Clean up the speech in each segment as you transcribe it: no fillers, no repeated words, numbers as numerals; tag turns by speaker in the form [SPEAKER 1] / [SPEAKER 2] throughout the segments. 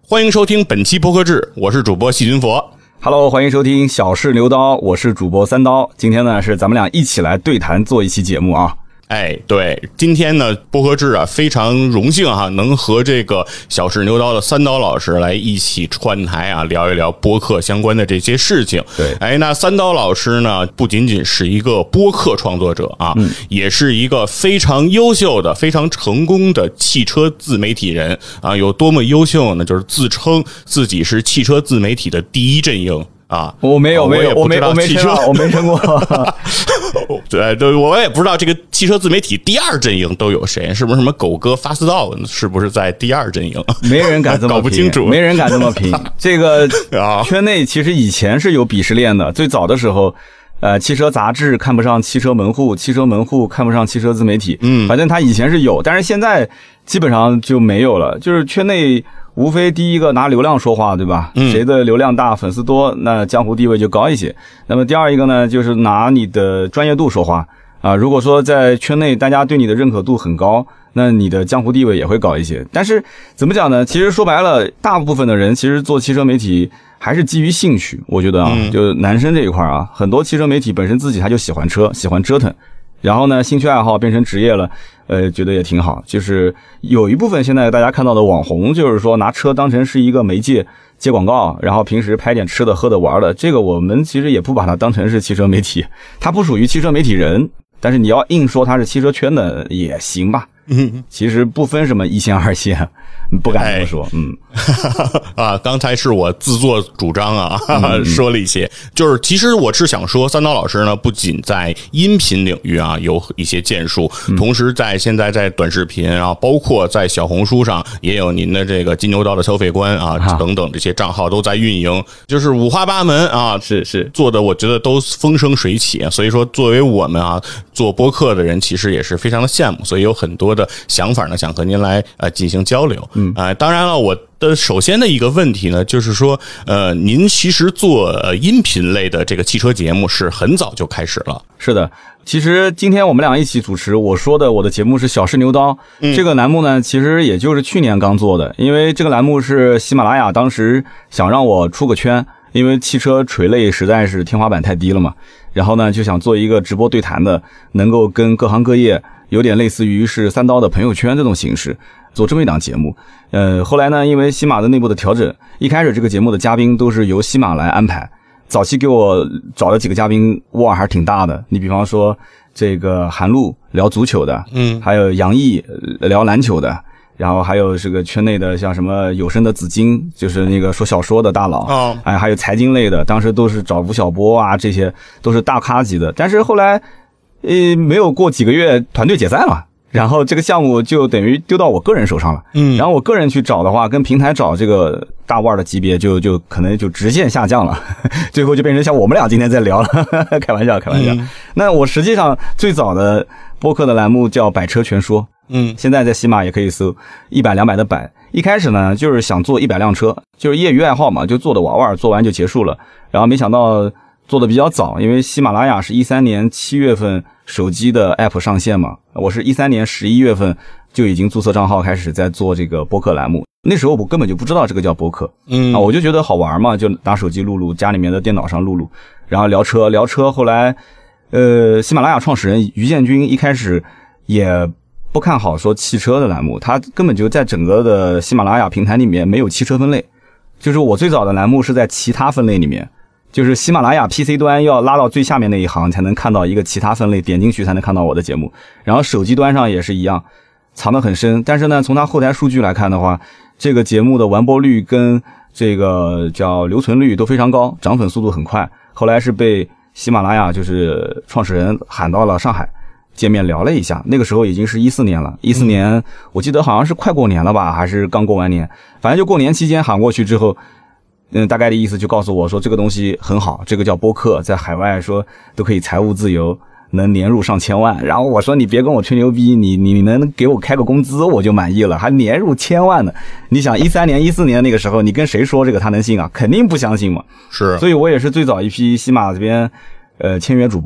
[SPEAKER 1] 欢迎收听本期播客志，我是主播细菌佛。
[SPEAKER 2] Hello， 欢迎收听小试牛刀，我是主播三刀。今天呢是咱们俩一起来对谈做一期节目啊。
[SPEAKER 1] 对，今天呢播客志啊非常荣幸哈，能和这个小试牛刀的三刀老师来一起串台啊，聊一聊播客相关的这些事情。
[SPEAKER 2] 对，
[SPEAKER 1] 那三刀老师呢不仅仅是一个播客创作者啊，也是一个非常优秀的、非常成功的汽车自媒体人啊。有多么优秀呢？就是自称自己是汽车自媒体的第一阵营。
[SPEAKER 2] 我没有，我没称过。
[SPEAKER 1] 对，我也不知道这个汽车自媒体第二阵营都有谁，是不是什么狗哥发四道是不是在第二阵营？
[SPEAKER 2] 没人敢这么评，
[SPEAKER 1] 搞不清楚，
[SPEAKER 2] 没人敢这么评。这个圈内其实以前是有鄙视链的，最早的时候。汽车杂志看不上汽车门户，汽车门户看不上汽车自媒体。反正他以前是有，但是现在基本上就没有了。就是圈内无非第一个拿流量说话，对吧？谁的流量大，粉丝多，那江湖地位就高一些。那么第二一个呢，就是拿你的专业度说话啊。如果说在圈内大家对你的认可度很高，那你的江湖地位也会高一些。但是怎么讲呢？其实说白了，大部分的人其实做汽车媒体还是基于兴趣，我觉得啊，就男生这一块啊，很多汽车媒体本身自己他就喜欢车，喜欢折腾，然后呢，兴趣爱好变成职业了，觉得也挺好。就是有一部分现在大家看到的网红，就是说拿车当成是一个媒介接广告，然后平时拍点吃的、喝的、玩的，这个我们其实也不把它当成是汽车媒体，它不属于汽车媒体人，但是你要硬说它是汽车圈的也行吧。其实不分什么一线二线，不敢这么说。
[SPEAKER 1] 刚才是我自作主张啊，说了一些。就是其实我是想说，三刀老师呢，不仅在音频领域啊有一些建树，同时现在在短视频啊，包括在小红书上也有您的这个金牛刀的消费观啊等等这些账号都在运营，就是五花八门啊，
[SPEAKER 2] 是
[SPEAKER 1] 做的，我觉得都风生水起。所以说，作为我们啊做播客的人，其实也是非常的羡慕，所以有很多的想法呢，想和您来进行交流。当然了，我的首先的一个问题呢，就是说，您其实做音频类的这个汽车节目是很早就开始了。
[SPEAKER 2] 是的，其实今天我们俩一起主持，我的节目是小试牛刀，这个栏目呢，其实也就是去年刚做的，因为这个栏目是喜马拉雅当时想让我出个圈，因为汽车垂类实在是天花板太低了嘛，然后呢就想做一个直播对谈的，能够跟各行各业有点类似于是三刀的朋友圈这种形式做这么一档节目。后来呢，因为喜马的内部的调整，一开始这个节目的嘉宾都是由喜马来安排，早期给我找了几个嘉宾，哇，还是挺大的。你比方说这个韩露聊足球的，还有杨毅聊篮球的，然后还有这个圈内的像什么有声的紫金，就是那个说小说的大佬，还有财经类的，当时都是找吴晓波啊，这些都是大咖级的。但是后来没有过几个月，团队解散了，然后这个项目就等于丢到我个人手上了。然后我个人去找的话，跟平台找这个大腕的级别就可能就直线下降了，最后就变成像我们俩今天在聊了，开玩笑。那我实际上最早的播客的栏目叫百车全说，现在在喜马也可以搜100、200的百。一开始呢，就是想做100辆车，就是业余爱好嘛，就做的玩玩，做完就结束了。然后没想到做的比较早，因为喜马拉雅是13年7月份手机的 app 上线嘛，我是13年11月份就已经注册账号开始在做这个播客栏目。那时候我根本就不知道这个叫播客，我就觉得好玩嘛，就拿手机录，家里面的电脑上录，然后聊车。后来喜马拉雅创始人于建军一开始也不看好说汽车的栏目，他根本就在整个的喜马拉雅平台里面没有汽车分类，就是我最早的栏目是在其他分类里面，就是喜马拉雅 PC 端要拉到最下面那一行才能看到一个其他分类，点进去才能看到我的节目。然后手机端上也是一样，藏得很深。但是呢，从它后台数据来看的话，这个节目的完播率跟这个叫留存率都非常高，涨粉速度很快。后来是被喜马拉雅就是创始人喊到了上海见面聊了一下，那个时候已经是14年了，14年我记得好像是快过年了吧，还是刚过完年，反正就过年期间喊过去之后，大概的意思就告诉我说这个东西很好，这个叫播客，在海外说都可以财务自由，能年入上千万。然后我说你别跟我吹牛逼，你能给我开个工资我就满意了，还年入千万呢。你想13年14年那个时候，你跟谁说这个他能信啊？肯定不相信嘛。
[SPEAKER 1] 是，
[SPEAKER 2] 所以我也是最早一批喜马这边签约主播。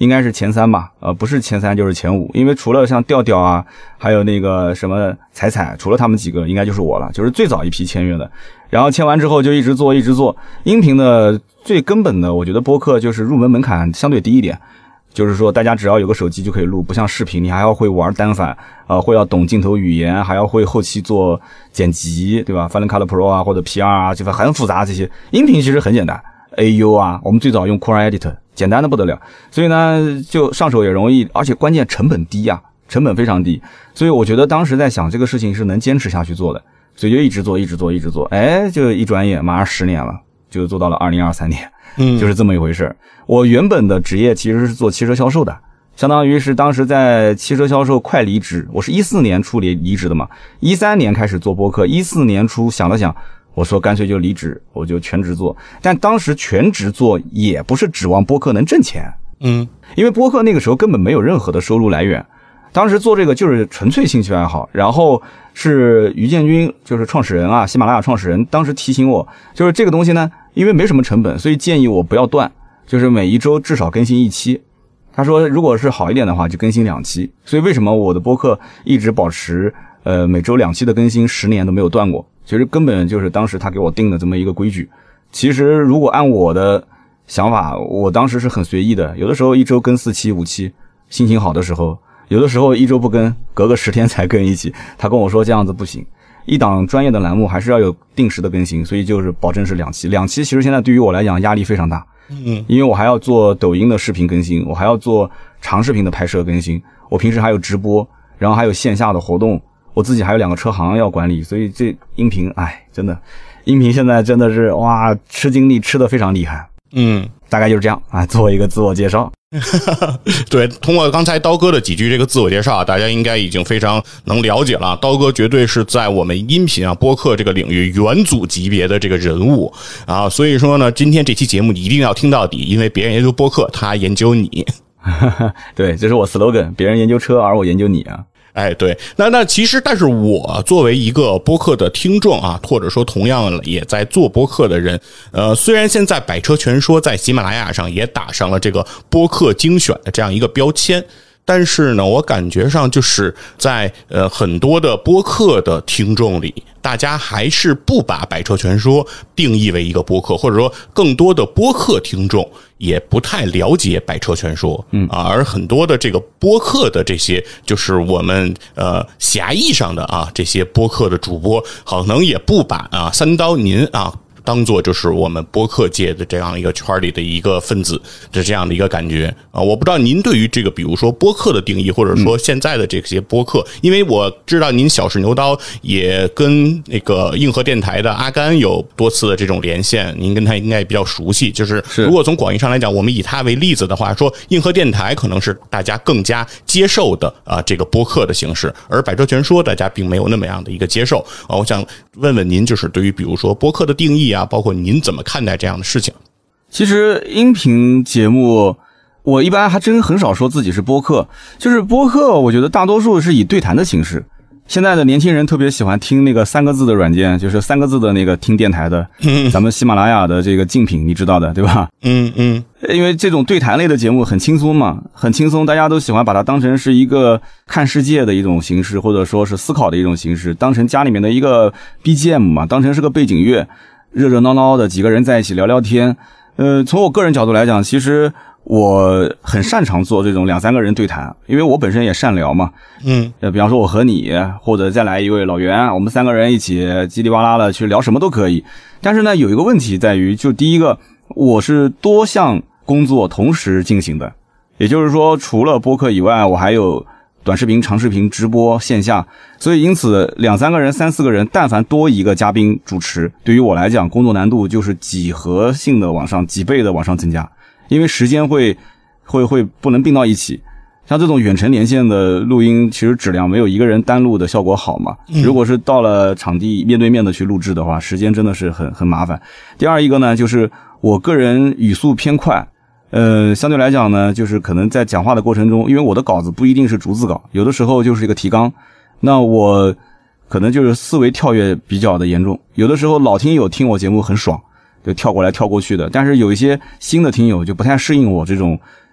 [SPEAKER 2] 应该是前3吧，不是前3就是前5，因为除了像调调啊，还有那个什么彩彩，除了他们几个，应该就是我了，就是最早一批签约的。然后签完之后就一直做。音频的最根本的，我觉得播客就是入门门槛相对低一点，就是说大家只要有个手机就可以录，不像视频，你还要会玩单反，会要懂镜头语言，还要会后期做剪辑，对吧 ？Final Cut Pro 啊，或者 PR 啊，就很复杂这些。音频其实很简单 ，AU 啊，我们最早用 Core Editor， 简单的不得了，所以呢就上手也容易，而且关键成本低啊，成本非常低，所以我觉得当时在想这个事情是能坚持下去做的。所以就一直做，哎，就一转眼马上10年了，就做到了2023年，就是这么一回事。我原本的职业其实是做汽车销售的，相当于是当时在汽车销售快离职，我是14年初离职的嘛，13年开始做播客，14年初想了想，我说干脆就离职，我就全职做。但当时全职做也不是指望播客能挣钱，因为播客那个时候根本没有任何的收入来源。当时做这个就是纯粹兴趣爱好，然后是于建军，就是创始人啊，喜马拉雅创始人，当时提醒我，就是这个东西呢，因为没什么成本，所以建议我不要断，就是每一周至少更新1期。他说如果是好一点的话就更新2期。所以为什么我的播客一直保持每周2期的更新10年都没有断过，其实根本就是当时他给我定的这么一个规矩。其实如果按我的想法，我当时是很随意的，有的时候一周更4期5期，心情好的时候，有的时候一周不更，隔个10天才更1期。他跟我说这样子不行，一档专业的栏目还是要有定时的更新，所以就是保证是2期。2期其实现在对于我来讲压力非常大，因为我还要做抖音的视频更新，我还要做长视频的拍摄更新，我平时还有直播，然后还有线下的活动，我自己还有2个车行要管理，所以这音频，真的，音频现在真的是哇，吃精力吃得非常厉害。大概就是这样啊，做一个自我介绍。
[SPEAKER 1] 对，通过刚才刀哥的几句这个自我介绍，大家应该已经非常能了解了。刀哥绝对是在我们音频啊播客这个领域元祖级别的这个人物啊，所以说呢，今天这期节目你一定要听到底，因为别人研究播客，他研究你。
[SPEAKER 2] 对，这是我 slogan， 别人研究车，而我研究你啊。
[SPEAKER 1] 对，那其实，但是我作为一个播客的听众啊，或者说同样也在做播客的人，虽然现在百车全说在喜马拉雅上也打上了这个播客精选的这样一个标签，但是呢，我感觉上就是在很多的播客的听众里，大家还是不把百车全说定义为一个播客，或者说更多的播客听众也不太了解百车全说，而很多的这个播客的这些就是我们狭义上的啊这些播客的主播，可能也不把三刀您啊当做就是我们播客界的这样一个圈里的一个分子的这样的一个感觉啊，我不知道您对于这个比如说播客的定义，或者说现在的这些播客，因为我知道您小试牛刀也跟那个硬核电台的阿甘有多次的这种连线，您跟他应该也比较熟悉。就是如果从广义上来讲，我们以他为例子的话，说硬核电台可能是大家更加接受的这个播客的形式，而百车全说大家并没有那么样的一个接受啊。我想问问您，就是对于比如说播客的定义啊，包括您怎么看待这样的事情？
[SPEAKER 2] 其实音频节目我一般还真很少说自己是播客，就是播客我觉得大多数是以对谈的形式。现在的年轻人特别喜欢听那个3个字的软件，就是3个字的那个听电台的，咱们喜马拉雅的这个竞品你知道的对吧？因为这种对谈类的节目很轻松嘛，很轻松，大家都喜欢把它当成是一个看世界的一种形式，或者说是思考的一种形式，当成家里面的一个 BGM 嘛，当成是个背景乐，热热闹闹的几个人在一起聊聊天。从我个人角度来讲，其实我很擅长做这种2-3个人对谈，因为我本身也善聊嘛。比方说我和你，或者再来一位老袁，我们3个人一起叽里哇啦的去聊什么都可以。但是呢，有一个问题在于，就第一个，我是多项工作同时进行的，也就是说，除了播客以外，我还有短视频、长视频、直播、线下，所以因此2-3个人、3-4个人，但凡多一个嘉宾主持，对于我来讲，工作难度就是几何性的往上、几倍的往上增加，因为时间会不能并到一起。像这种远程连线的录音，其实质量没有一个人单录的效果好嘛。如果是到了场地面对面的去录制的话，时间真的是很麻烦。第二一个呢，就是我个人语速偏快。相对来讲呢，就是可能在讲话的过程中，因为我的稿子不一定是逐字稿，有的时候就是一个提纲，那我可能就是思维跳跃比较的严重，有的时候老听友听我节目很爽，就跳过来跳过去的，但是有一些新的听友就不太适应我这种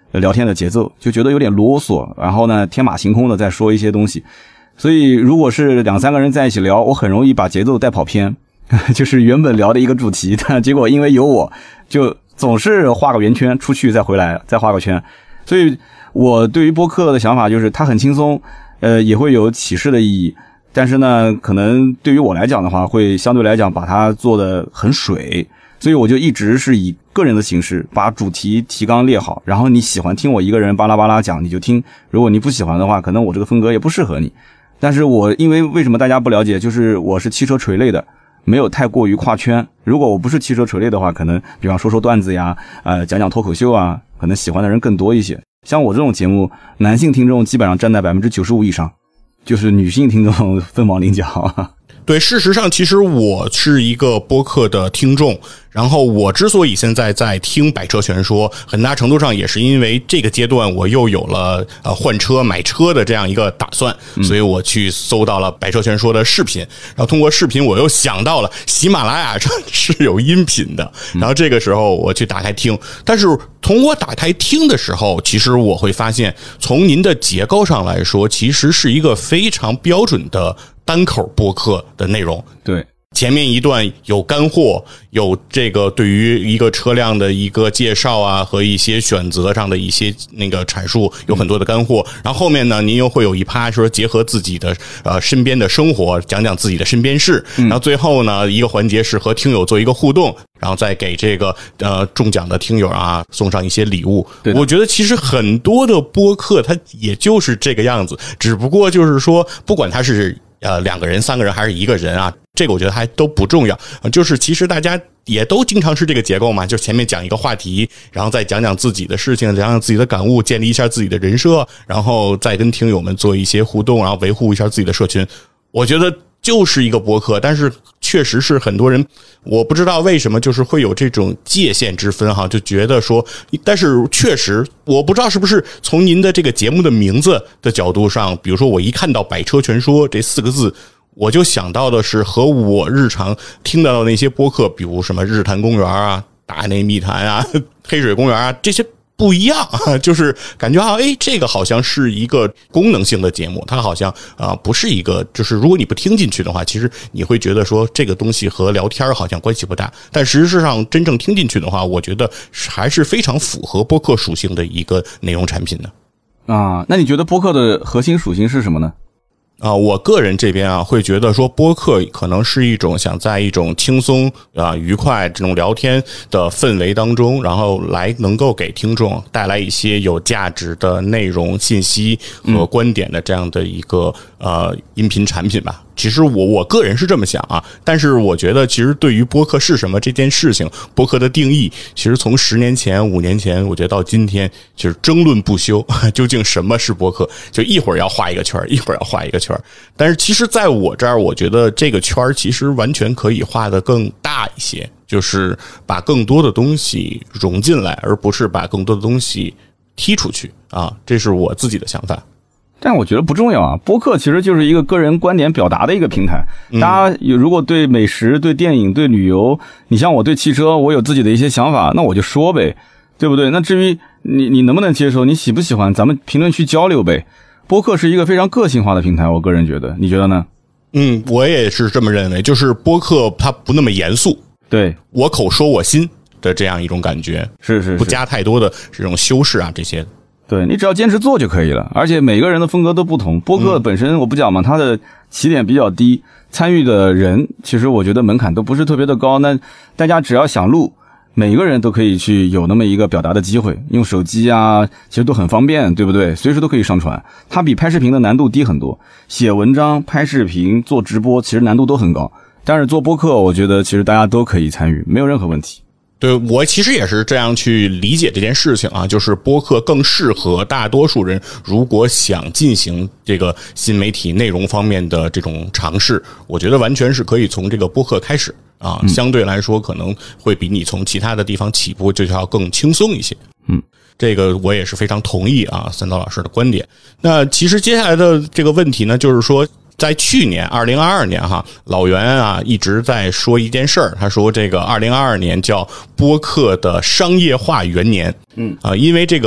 [SPEAKER 2] 聊天的节奏，就觉得有点啰嗦，然后呢天马行空的在说一些东西。所以如果是2-3个人在一起聊，我很容易把节奏带跑偏，就是原本聊的一个主题，但结果因为有我就总是画个圆圈，出去再回来再画个圈。所以我对于播客的想法就是它很轻松，也会有启示的意义，但是呢可能对于我来讲的话会相对来讲把它做得很水，所以我就一直是以个人的形式把主题提纲列好，然后你喜欢听我一个人巴拉巴拉讲你就听，如果你不喜欢的话可能我这个风格也不适合你。但是我因为什么大家不了解，就是我是汽车垂类的，没有太过于跨圈。如果我不是汽车垂类的话，可能比方说段子呀，讲脱口秀啊，可能喜欢的人更多一些。像我这种节目，男性听众基本上占在 95% 以上，就是女性听众凤毛麟角。
[SPEAKER 1] 对，事实上其实我是一个播客的听众，然后我之所以现在在听百车全说，很大程度上也是因为这个阶段我又有了换车买车的这样一个打算，所以我去搜到了百车全说的视频，然后通过视频我又想到了喜马拉雅上是有音频的，然后这个时候我去打开听，但是从我打开听的时候，其实我会发现从您的结构上来说，其实是一个非常标准的单口播客的内容。
[SPEAKER 2] 对，
[SPEAKER 1] 前面一段有干货，有这个对于一个车辆的一个介绍啊，和一些选择上的一些那个阐述，有很多的干货。然后后面呢，您又会有一趴说结合自己的身边的生活，讲讲自己的身边事。然后最后呢，一个环节是和听友做一个互动，然后再给这个中奖的听友啊送上一些礼物。我觉得其实很多的播客它也就是这个样子，只不过就是说，不管它是2个人、3个人还是1个人啊，这个我觉得还都不重要。就是其实大家也都经常是这个结构嘛，就前面讲一个话题，然后再讲讲自己的事情，讲讲自己的感悟，建立一下自己的人设，然后再跟听友们做一些互动，然后维护一下自己的社群。我觉得就是一个播客，但是确实是很多人，我不知道为什么就是会有这种界限之分哈，就觉得说，但是确实我不知道是不是从您的这个节目的名字的角度上，比如说我一看到百车全说这4个字，我就想到的是和我日常听到的那些播客，比如什么日坛公园啊、大内密谈啊、黑水公园啊，这些不一样，就是感觉这个好像是一个功能性的节目，它好像不是一个，就是如果你不听进去的话，其实你会觉得说这个东西和聊天好像关系不大，但实质上真正听进去的话，我觉得还是非常符合播客属性的一个内容产品的。
[SPEAKER 2] 那你觉得播客的核心属性是什么呢？
[SPEAKER 1] 我个人这边会觉得说播客可能是一种想在一种轻松愉快这种聊天的氛围当中，然后来能够给听众带来一些有价值的内容信息和观点的这样的一个音频产品吧。其实我个人是这么想啊，但是我觉得其实对于播客是什么这件事情，播客的定义其实从10年前5年前我觉得到今天就是争论不休，究竟什么是播客，就一会儿要画一个圈，一会儿要画一个圈。但是其实在我这儿，我觉得这个圈其实完全可以画得更大一些，就是把更多的东西融进来，而不是把更多的东西踢出去啊，这是我自己的想法。
[SPEAKER 2] 但我觉得不重要啊，播客其实就是一个个人观点表达的一个平台。大家如果对美食、对电影、对旅游，你像我对汽车，我有自己的一些想法，那我就说呗，对不对？那至于你能不能接受，你喜不喜欢，咱们评论区交流呗。播客是一个非常个性化的平台，我个人觉得，你觉得呢？
[SPEAKER 1] 我也是这么认为，就是播客它不那么严肃，
[SPEAKER 2] 对，
[SPEAKER 1] 我口说我心的这样一种感觉，
[SPEAKER 2] 是
[SPEAKER 1] 不加太多的这种修饰啊这些。
[SPEAKER 2] 对，你只要坚持做就可以了，而且每个人的风格都不同。播客本身我不讲嘛，它的起点比较低，参与的人其实我觉得门槛都不是特别的高。那大家只要想录，每个人都可以去有那么一个表达的机会，用手机啊，其实都很方便，对不对？随时都可以上传。它比拍视频的难度低很多，写文章、拍视频、做直播，其实难度都很高。但是做播客，我觉得其实大家都可以参与，没有任何问题。
[SPEAKER 1] 对，我其实也是这样去理解这件事情啊，就是播客更适合大多数人，如果想进行这个新媒体内容方面的这种尝试，我觉得完全是可以从这个播客开始啊，相对来说可能会比你从其他的地方起步就要更轻松一些。这个我也是非常同意啊，三刀老师的观点。那其实接下来的这个问题呢，就是说在去年2022年哈，老袁啊一直在说一件事儿，他说这个2022年叫播客的商业化元年。因为这个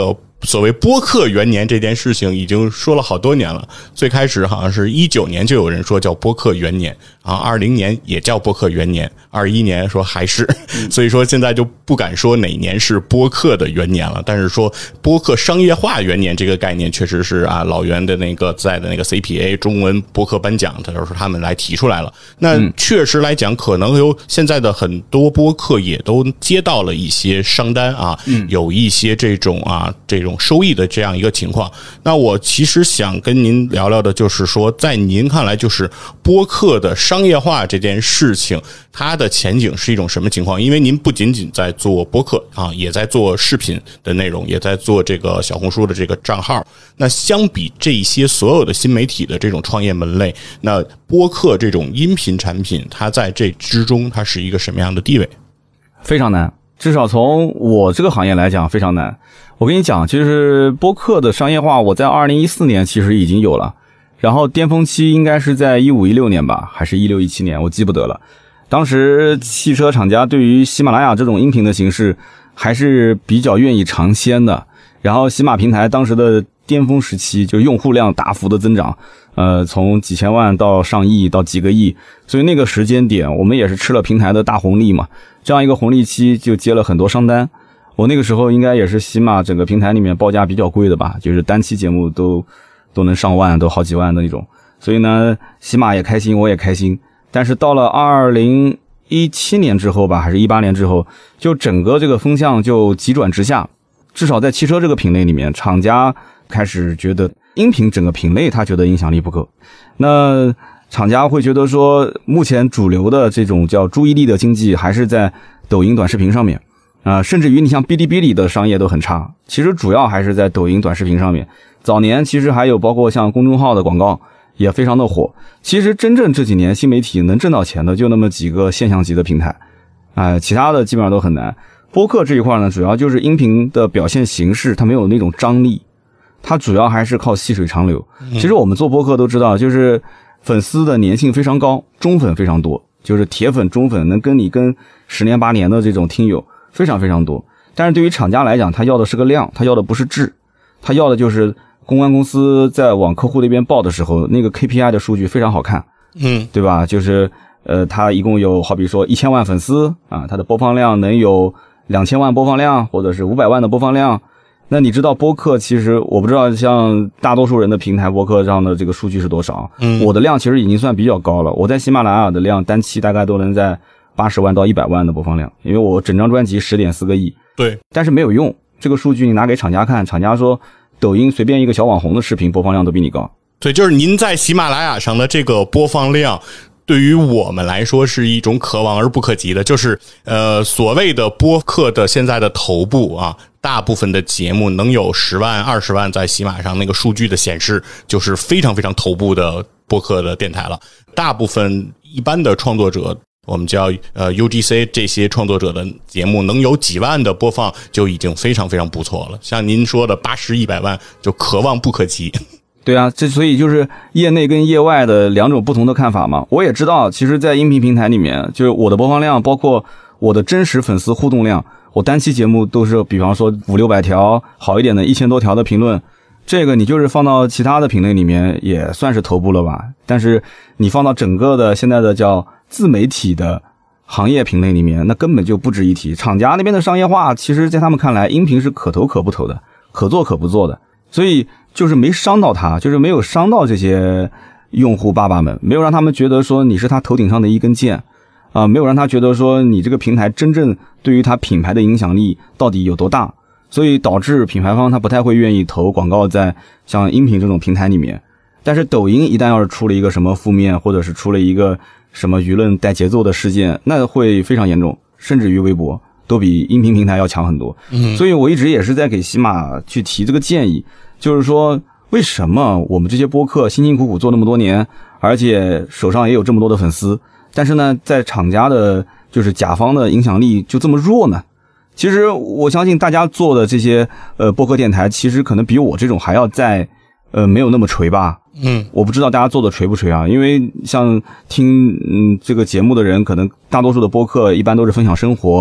[SPEAKER 1] 所谓播客元年这件事情已经说了好多年了，最开始好像是19年就有人说叫播客元年啊，20年也叫播客元年，21年说还是，所以说现在就不敢说哪年是播客的元年了，但是说播客商业化元年这个概念确实是啊，老袁的那个在的那个 CPA 中文播客颁奖，他就是他们来提出来了。那确实来讲，可能有现在的很多播客也都接到了一些商单啊，有一些这种收益的这样一个情况。那我其实想跟您聊聊的就是说，在您看来，就是播客的商业化这件事情，它的前景是一种什么情况？因为您不仅仅在做播客啊，也在做视频的内容，也在做这个小红书的这个账号。那相比这些所有的新媒体的这种创业门类，那播客这种音频产品，它在这之中，它是一个什么样的地位？
[SPEAKER 2] 非常难，至少从我这个行业来讲非常难。我跟你讲，就是播客的商业化，我在2014年其实已经有了，然后巅峰期应该是在15-16年吧，还是16-17年，我记不得了。当时汽车厂家对于喜马拉雅这种音频的形式还是比较愿意尝鲜的，然后喜马平台当时的巅峰时期，就用户量大幅的增长，从几千万到上亿到几个亿，所以那个时间点我们也是吃了平台的大红利嘛，这样一个红利期就接了很多商单。我那个时候应该也是喜马整个平台里面报价比较贵的吧，就是单期节目都能上万，都好几万的那种。所以呢，喜马也开心，我也开心。但是到了2017年之后吧，还是18年之后，就整个这个风向就急转直下。至少在汽车这个品类里面，厂家开始觉得音频整个品类他觉得影响力不够。那厂家会觉得说，目前主流的这种叫注意力的经济还是在抖音短视频上面。甚至于你像哔哩哔哩的商业都很差，其实主要还是在抖音短视频上面。早年其实还有包括像公众号的广告也非常的火。其实真正这几年新媒体能挣到钱的就那么几个现象级的平台，其他的基本上都很难。播客这一块呢，主要就是音频的表现形式它没有那种张力，它主要还是靠细水长流。其实我们做播客都知道，就是粉丝的粘性非常高，忠粉非常多，就是铁粉忠粉能跟10年8年的这种听友非常非常多。但是对于厂家来讲，他要的是个量，他要的不是质，他要的就是公关公司在往客户那边报的时候，那个 KPI 的数据非常好看，对吧？就是他一共有好比说1000万粉丝啊，他的播放量能有2000万播放量，或者是500万的播放量。那你知道播客，其实我不知道像大多数人的平台播客上的这个数据是多少，我的量其实已经算比较高了，我在喜马拉雅的量单期大概都能在80万到100万的播放量，因为我整张专辑10.4个亿。对，但是没有用，这个数据你拿给厂家看，厂家说抖音随便一个小网红的视频播放量都比你高。
[SPEAKER 1] 对，就是您在喜马拉雅上的这个播放量，对于我们来说是一种可望而不可及的，就是所谓的播客的现在的头部啊，大部分的节目能有10万20万，在喜马上那个数据的显示就是非常非常头部的播客的电台了。大部分一般的创作者，我们叫UGC 这些创作者的节目能有几万的播放就已经非常非常不错了，像您说的80、100万就可望不可及。
[SPEAKER 2] 对啊，这所以就是业内跟业外的两种不同的看法嘛。我也知道，其实在音频平台里面，就是我的播放量，包括我的真实粉丝互动量，我单期节目都是比方说500-600条，好一点的1000多条的评论，这个你就是放到其他的品类里面也算是头部了吧。但是你放到整个的现在的叫自媒体的行业品类里面，那根本就不值一提。厂家那边的商业化，其实在他们看来，音频是可投可不投的，可做可不做的，所以就是没伤到他，就是没有伤到这些用户爸爸们，没有让他们觉得说你是他头顶上的一根箭没有让他觉得说你这个平台真正对于他品牌的影响力到底有多大，所以导致品牌方他不太会愿意投广告在像音频这种平台里面。但是抖音一旦要是出了一个什么负面，或者是出了一个什么舆论带节奏的事件，那会非常严重，甚至于微博都比音频平台要强很多。所以我一直也是在给喜马去提这个建议，就是说为什么我们这些播客辛辛苦苦做那么多年，而且手上也有这么多的粉丝，但是呢在厂家的就是甲方的影响力就这么弱呢？其实我相信大家做的这些播客电台，其实可能比我这种还要在没有那么锤吧。我不知道大家做的锤不锤啊？因为像听这个节目的人，可能大多数的播客一般都是分享生活，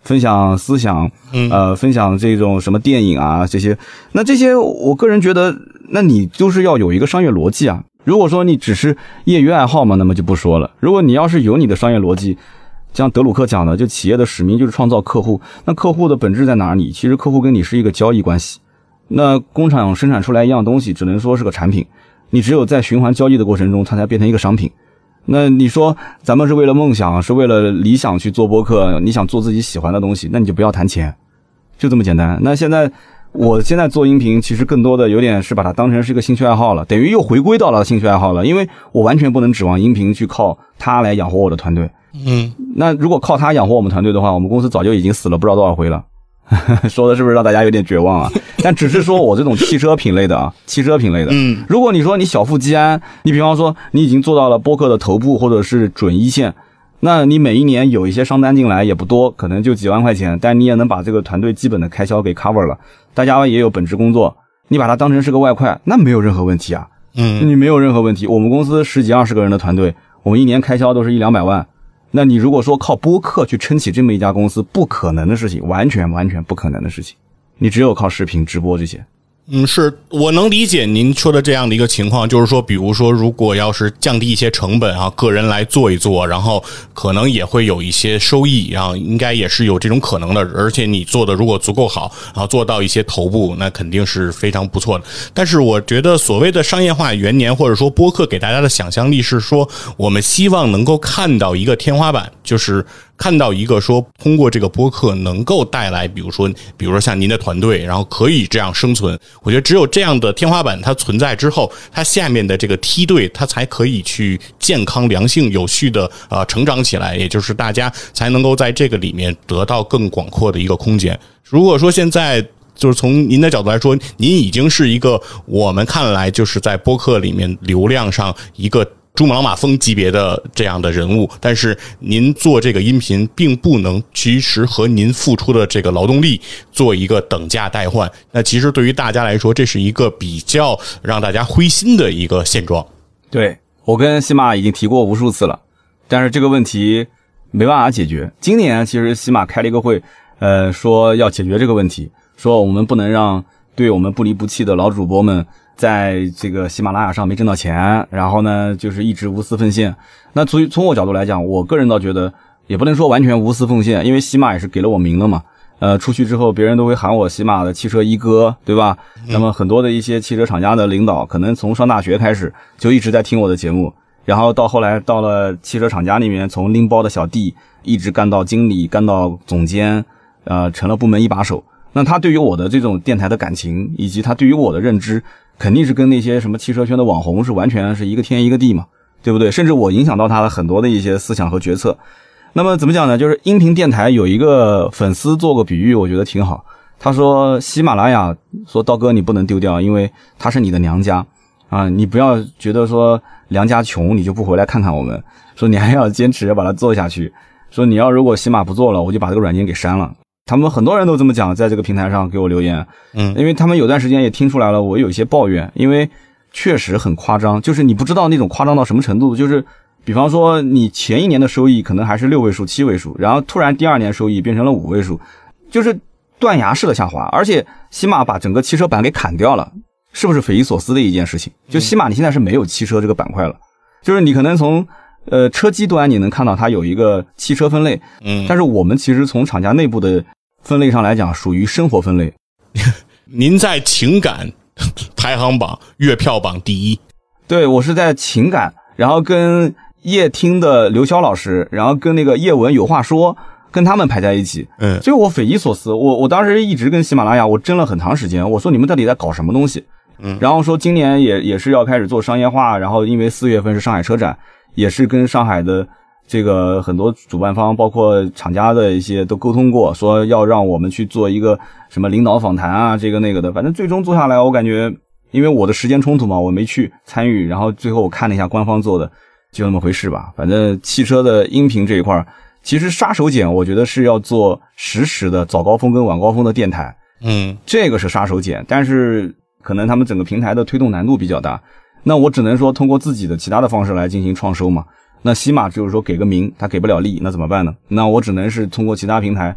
[SPEAKER 2] 分享思想，分享这种什么电影啊这些。那这些我个人觉得，那你就是要有一个商业逻辑啊。如果说你只是业余爱好嘛，那么就不说了。如果你要是有你的商业逻辑，像德鲁克讲的，就企业的使命就是创造客户，那客户的本质在哪里？其实客户跟你是一个交易关系。那工厂生产出来一样东西，只能说是个产品，你只有在循环交易的过程中，它才变成一个商品。那你说咱们是为了梦想，是为了理想去做播客，你想做自己喜欢的东西，那你就不要谈钱，就这么简单。那我现在做音频，其实更多的有点是把它当成是一个兴趣爱好了，等于又回归到了兴趣爱好了，因为我完全不能指望音频去靠它来养活我的团队。那如果靠它养活我们团队的话，我们公司早就已经死了不知道多少回了。说的是不是让大家有点绝望啊？但只是说我这种汽车品类的，如果你说你小富即安，你比方说你已经做到了播客的头部或者是准一线，那你每一年有一些商单进来也不多，可能就几万块钱，但你也能把这个团队基本的开销给 cover 了，大家也有本职工作，你把它当成是个外快，那没有任何问题啊。你没有任何问题。我们公司10几20个人的团队，我们一年开销都是100-200万。那你如果说靠播客去撑起这么一家公司，不可能的事情，完全不可能的事情。你只有靠视频直播这些。
[SPEAKER 1] 是我能理解您说的这样的一个情况，就是说比如说如果要是降低一些成本啊，个人来做一做，然后可能也会有一些收益，然后应该也是有这种可能的，而且你做的如果足够好，然后做到一些头部，那肯定是非常不错的。但是我觉得所谓的商业化元年，或者说播客给大家的想象力是说，我们希望能够看到一个天花板，就是看到一个说通过这个播客能够带来比如说像您的团队，然后可以这样生存。我觉得只有这样的天花板它存在之后，它下面的这个梯队它才可以去健康良性有序的成长起来，也就是大家才能够在这个里面得到更广阔的一个空间。如果说现在就是从您的角度来说，您已经是一个我们看来就是在播客里面流量上一个珠穆朗玛峰级别的这样的人物，但是您做这个音频并不能其实和您付出的这个劳动力做一个等价代换，那其实对于大家来说，这是一个比较让大家灰心的一个现状。
[SPEAKER 2] 对，我跟西马已经提过无数次了，但是这个问题没办法解决。今年其实西马开了一个会，说要解决这个问题，说我们不能让对我们不离不弃的老主播们在这个喜马拉雅上没挣到钱，然后呢就是一直无私奉献。那从我角度来讲，我个人倒觉得也不能说完全无私奉献，因为喜马也是给了我名了嘛。出去之后别人都会喊我喜马的汽车一哥，对吧？那么很多的一些汽车厂家的领导可能从上大学开始就一直在听我的节目，然后到后来到了汽车厂家里面，从拎包的小弟一直干到经理，干到总监，成了部门一把手。那他对于我的这种电台的感情，以及他对于我的认知，肯定是跟那些什么汽车圈的网红是完全是一个天一个地嘛，对不对？甚至我影响到他的很多的一些思想和决策。那么怎么讲呢？就是音频电台有一个粉丝做个比喻，我觉得挺好。他说喜马拉雅说刀哥你不能丢掉，因为他是你的娘家啊，你不要觉得说娘家穷你就不回来看看我们，说你还要坚持要把它做下去，说你要如果喜马不做了，我就把这个软件给删了。他们很多人都这么讲，在这个平台上给我留言，因为他们有段时间也听出来了我有一些抱怨，因为确实很夸张，就是你不知道那种夸张到什么程度，就是比方说你前一年的收益可能还是6位数7位数，然后突然第二年收益变成了5位数，就是断崖式的下滑，而且喜马把整个汽车版给砍掉了，是不是匪夷所思的一件事情？就喜马你现在是没有汽车这个板块了，就是你可能从车机端你能看到它有一个汽车分类，但是我们其实从厂家内部的分类上来讲属于生活分类。
[SPEAKER 1] 您在情感排行榜月票榜第1。
[SPEAKER 2] 对，我是在情感，然后跟夜听的刘潇老师，然后跟那个叶文有话说，跟他们排在一起。所以我匪夷所思，我当时一直跟喜马拉雅我争了很长时间，我说你们到底在搞什么东西？然后说今年也是要开始做商业化，然后因为4月份是上海车展，也是跟上海的这个很多主办方包括厂家的一些都沟通过，说要让我们去做一个什么领导访谈啊，这个那个的。反正最终做下来，我感觉因为我的时间冲突嘛，我没去参与，然后最后我看了一下官方做的，就那么回事吧。反正汽车的音频这一块，其实杀手锏我觉得是要做实时的早高峰跟晚高峰的电台，这个是杀手锏，但是可能他们整个平台的推动难度比较大，那我只能说通过自己的其他的方式来进行创收嘛。那喜马就是说给个名，他给不了利，那怎么办呢？那我只能是通过其他平台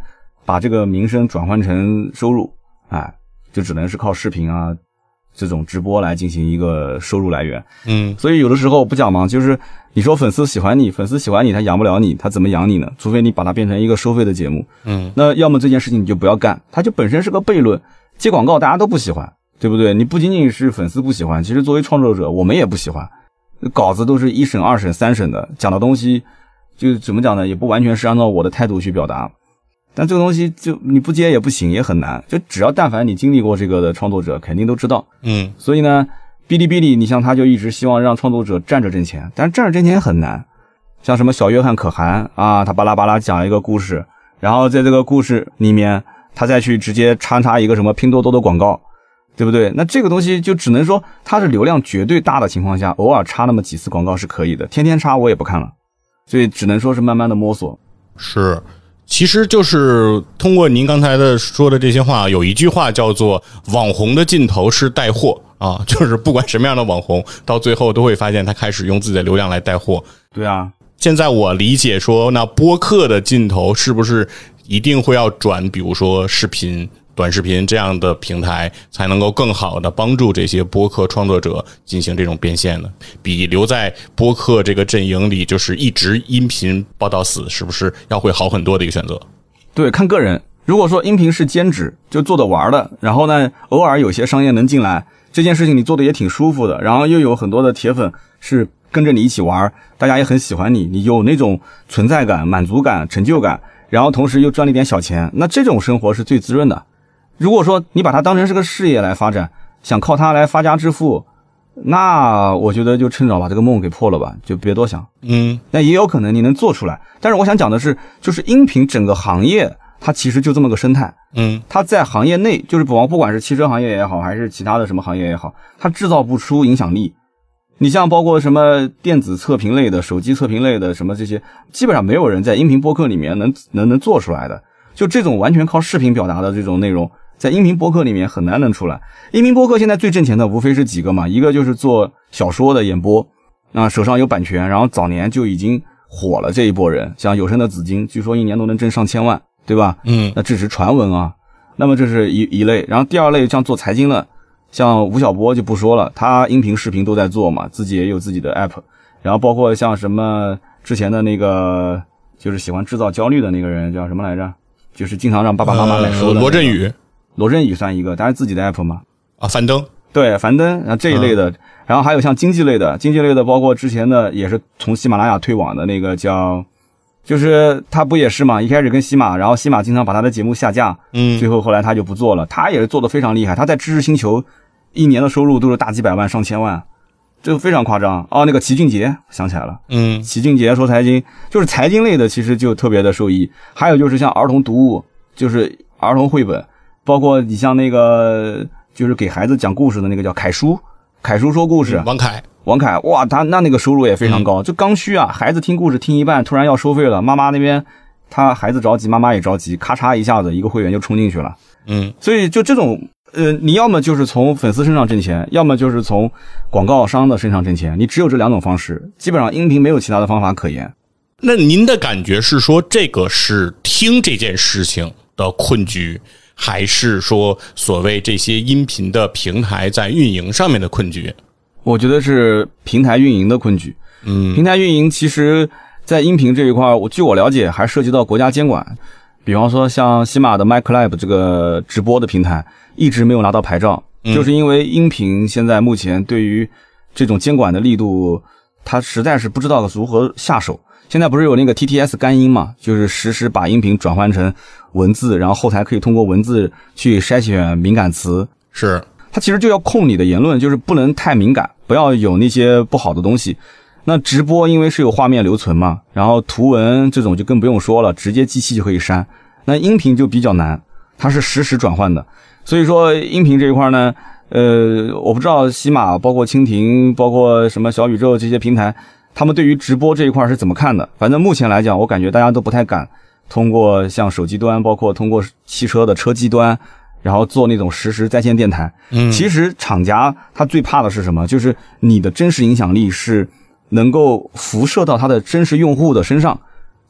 [SPEAKER 2] 把这个名声转换成收入，就只能是靠视频啊这种直播来进行一个收入来源。所以有的时候不讲嘛，就是你说粉丝喜欢你，他养不了你，他怎么养你呢？除非你把它变成一个收费的节目。那要么这件事情你就不要干，它就本身是个悖论。接广告大家都不喜欢，对不对？你不仅仅是粉丝不喜欢，其实作为创作者我们也不喜欢。稿子都是1审、2审、3审的，讲的东西就怎么讲呢，也不完全是按照我的态度去表达。但这个东西就你不接也不行，也很难。就只要但凡你经历过这个的创作者肯定都知道。所以呢哔哩哔哩你像他就一直希望让创作者站着挣钱，但是站着挣钱很难。像什么小约翰可汗啊，他巴拉巴拉讲一个故事，然后在这个故事里面他再去直接插一个什么拼多多的广告，对不对？那这个东西就只能说它是流量绝对大的情况下，偶尔插那么几次广告是可以的，天天插我也不看了。所以只能说是慢慢的摸索。
[SPEAKER 1] 是，其实就是通过您刚才说的这些话，有一句话叫做网红的尽头是带货啊，就是不管什么样的网红，到最后都会发现他开始用自己的流量来带货。
[SPEAKER 2] 对啊，
[SPEAKER 1] 现在我理解说，那播客的尽头是不是一定会要转，比如说视频、短视频这样的平台，才能够更好的帮助这些播客创作者进行这种变现呢？比留在播客这个阵营里，就是一直音频报到死，是不是要会好很多的一个选择？
[SPEAKER 2] 对，看个人。如果说音频是兼职，就做着玩的，然后呢，偶尔有些商业能进来，这件事情你做的也挺舒服的，然后又有很多的铁粉是跟着你一起玩，大家也很喜欢你，你有那种存在感、满足感、成就感，然后同时又赚了一点小钱，那这种生活是最滋润的。如果说你把它当成是个事业来发展，想靠它来发家致富，那我觉得就趁早把这个梦给破了吧，就别多想。那也有可能你能做出来，但是我想讲的是，就是音频整个行业它其实就这么个生态。它在行业内，就是不管是汽车行业也好，还是其他的什么行业也好，它制造不出影响力。你像包括什么电子测评类的、手机测评类的什么这些，基本上没有人在音频播客里面能做出来的。就这种完全靠视频表达的这种内容，在音频播客里面很难能出来。音频播客现在最挣钱的无非是几个嘛，一个就是做小说的演播，手上有版权，然后早年就已经火了这一波人，像有声的紫金，据说一年都能挣上千万，对吧？那这是传闻啊。那么这是一类，然后第二类像做财经的，像吴晓波就不说了，他音频视频都在做嘛，自己也有自己的 app， 然后包括像什么之前的那个就是喜欢制造焦虑的那个人叫什么来着，就是经常让爸爸妈妈买书的、
[SPEAKER 1] 罗振宇算一个，当然自己的 app 嘛。 樊登，
[SPEAKER 2] 对，樊登啊这一类的，然后还有像经济类的，包括之前的也是从喜马拉雅推网的那个叫，就是他不也是嘛，一开始跟喜马，然后喜马经常把他的节目下架，最后来他就不做了，他也是做得非常厉害，他在知识星球一年的收入都是大几百万上千万，这个非常夸张。那个齐俊杰想起来了，齐俊杰说财经，就是财经类的其实就特别的受益。还有就是像儿童读物，就是儿童绘本，包括你像那个就是给孩子讲故事的那个叫凯叔说故事，王凯，哇，他那个收入也非常高，就刚需啊，孩子听故事听一半突然要收费了，妈妈那边他孩子着急，妈妈也着急，咔嚓一下子一个会员就冲进去了。所以就这种你要么就是从粉丝身上挣钱，要么就是从广告商的身上挣钱，你只有这两种方式，基本上音频没有其他的方法可言。
[SPEAKER 1] 那您的感觉是说这个是听这件事情的困局，还是说所谓这些音频的平台在运营上面的困局？
[SPEAKER 2] 我觉得是平台运营的困局。平台运营其实在音频这一块，据我了解还涉及到国家监管。比方说像喜马的 MyClub 这个直播的平台一直没有拿到牌照，就是因为音频现在目前对于这种监管的力度，它实在是不知道如何下手。现在不是有那个 TTS 干音嘛，就是实时把音频转换成文字，然后后台可以通过文字去筛选敏感词。
[SPEAKER 1] 是，
[SPEAKER 2] 它其实就要控你的言论，就是不能太敏感，不要有那些不好的东西。那直播因为是有画面留存嘛，然后图文这种就更不用说了，直接机器就可以删。那音频就比较难，它是实时转换的。所以说音频这一块呢，我不知道喜马包括蜻蜓包括什么小宇宙这些平台，他们对于直播这一块是怎么看的。反正目前来讲，我感觉大家都不太敢通过像手机端包括通过汽车的车机端然后做那种实时在线电台。其实厂家他最怕的是什么，就是你的真实影响力是能够辐射到他的真实用户的身上。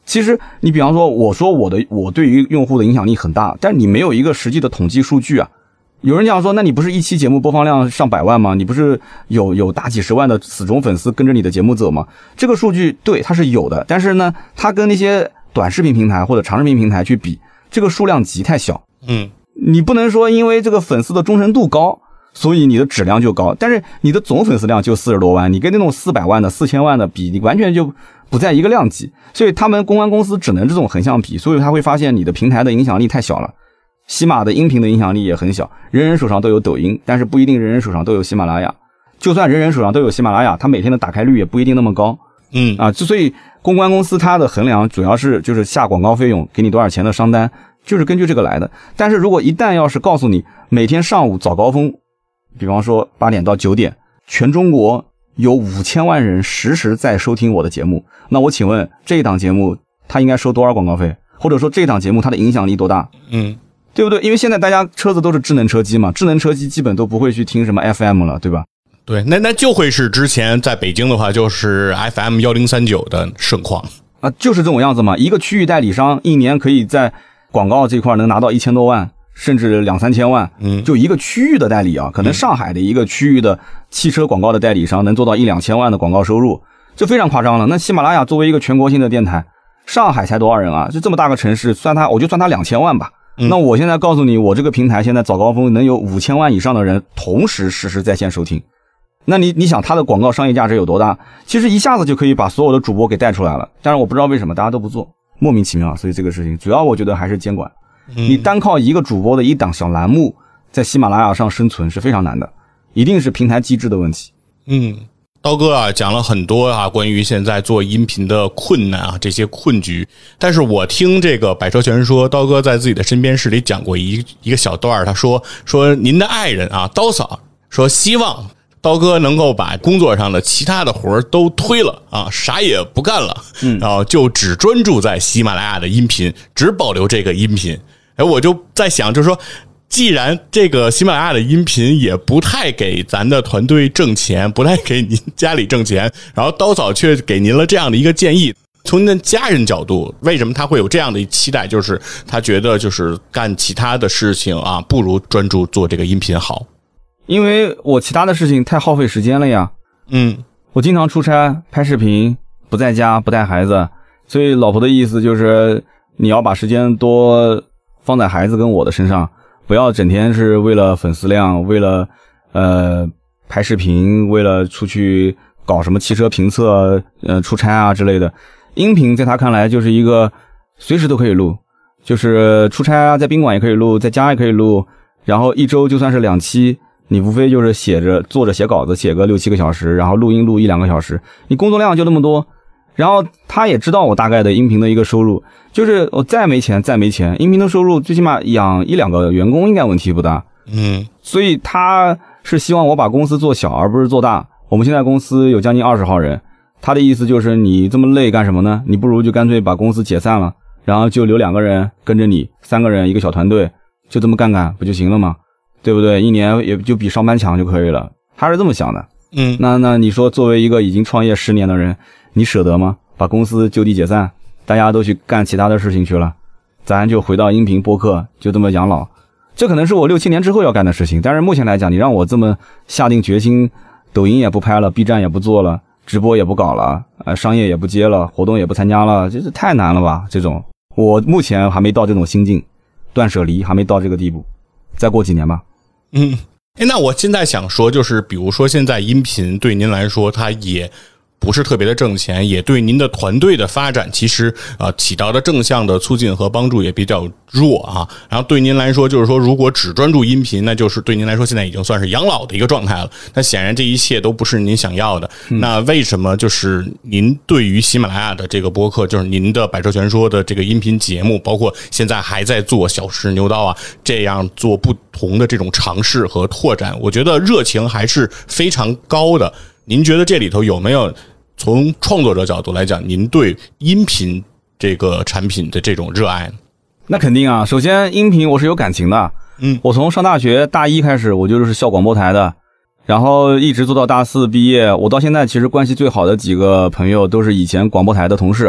[SPEAKER 2] 其实你比方说，我说我对于用户的影响力很大，但你没有一个实际的统计数据啊。有人讲说，那你不是一期节目播放量上百万吗？你不是有大几十万的死忠粉丝跟着你的节目走吗？这个数据对它是有的，但是呢，它跟那些短视频平台或者长视频平台去比，这个数量级太小。你不能说因为这个粉丝的忠诚度高，所以你的质量就高，但是你的总粉丝量就40多万，你跟那种400万的、4000万的比，你完全就不在一个量级。所以他们公关公司只能这种横向比，所以他会发现你的平台的影响力太小了。喜马的音频的影响力也很小，人人手上都有抖音，但是不一定人人手上都有喜马拉雅。就算人人手上都有喜马拉雅，他每天的打开率也不一定那么高。所以公关公司它的衡量主要是就是下广告费用，给你多少钱的商单，就是根据这个来的。但是如果一旦要是告诉你每天上午早高峰，比方说8点到9点，全中国有5000万人实时在收听我的节目，那我请问这一档节目它应该收多少广告费？或者说这一档节目它的影响力多大？对不对？因为现在大家车子都是智能车机嘛，智能车机基本都不会去听什么 FM 了，对吧？
[SPEAKER 1] 对，那就会是之前在北京的话，就是 FM 1039的盛况
[SPEAKER 2] 啊，就是这种样子嘛。一个区域代理商一年可以在广告这块能拿到1000多万，甚至2-3千万。就一个区域的代理啊，可能上海的一个区域的汽车广告的代理商能做到1-2千万的广告收入，这非常夸张了。那喜马拉雅作为一个全国性的电台，上海才多少人啊？就这么大个城市，我就算它2000万吧。那我现在告诉你，我这个平台现在早高峰能有5000万以上的人同时实时在线收听，那你想它的广告商业价值有多大？其实一下子就可以把所有的主播给带出来了，但是我不知道为什么大家都不做，莫名其妙。所以这个事情主要我觉得还是监管。你单靠一个主播的一档小栏目在喜马拉雅上生存是非常难的，一定是平台机制的问题。
[SPEAKER 1] 刀哥啊，讲了很多啊，关于现在做音频的困难啊，这些困局。但是我听这个百车全说，刀哥在自己的身边事里讲过一个小段，他说您的爱人啊，刀嫂说希望刀哥能够把工作上的其他的活都推了啊，啥也不干了，然后就只专注在喜马拉雅的音频，只保留这个音频。我就在想，就是说，既然这个喜马拉雅的音频也不太给咱的团队挣钱，不太给您家里挣钱，然后刀嫂却给您了这样的一个建议，从您的家人角度，为什么他会有这样的期待？就是他觉得就是干其他的事情啊，不如专注做这个音频好。
[SPEAKER 2] 因为我其他的事情太耗费时间了呀。我经常出差拍视频，不在家，不带孩子，所以老婆的意思就是你要把时间多放在孩子跟我的身上，不要整天是为了粉丝量，为了拍视频，为了出去搞什么汽车评测出差啊之类的。音频在他看来就是一个随时都可以录，就是出差啊，在宾馆也可以录，在家也可以录，然后一周就算是2期，你无非就是坐着写稿子，写个6-7个小时，然后录音录1-2个小时，你工作量就那么多。然后他也知道我大概的音频的一个收入，就是我再没钱，音频的收入最起码养1-2个员工应该问题不大。所以他是希望我把公司做小而不是做大。我们现在公司有将近20号人，他的意思就是你这么累干什么呢？你不如就干脆把公司解散了，然后就留2个人跟着你，3个人一个小团队，就这么干不就行了吗？对不对？一年也就比上班强就可以了。他是这么想的。那你说作为一个已经创业10年的人，你舍得吗？把公司就地解散，大家都去干其他的事情去了，咱就回到音频播客，就这么养老。这可能是我6-7年之后要干的事情，但是目前来讲，你让我这么下定决心，抖音也不拍了， B 站也不做了，直播也不搞了，商业也不接了，活动也不参加了，这是太难了吧？这种我目前还没到这种心境，断舍离还没到这个地步，再过几年吧。
[SPEAKER 1] 那我现在想说，就是比如说现在音频对您来说，它也不是特别的挣钱，也对您的团队的发展其实起到的正向的促进和帮助也比较弱啊。然后对您来说，就是说如果只专注音频，那就是对您来说现在已经算是养老的一个状态了。那显然这一切都不是您想要的。那为什么就是您对于喜马拉雅的这个播客，就是您的百车全说的这个音频节目，包括现在还在做小试牛刀啊，这样做不同的这种尝试和拓展，我觉得热情还是非常高的。您觉得这里头有没有从创作者角度来讲，您对音频这个产品的这种热爱呢？
[SPEAKER 2] 那肯定啊，首先音频我是有感情的。我从上大学大1开始，我就是校广播台的，然后一直做到大4毕业。我到现在其实关系最好的几个朋友都是以前广播台的同事，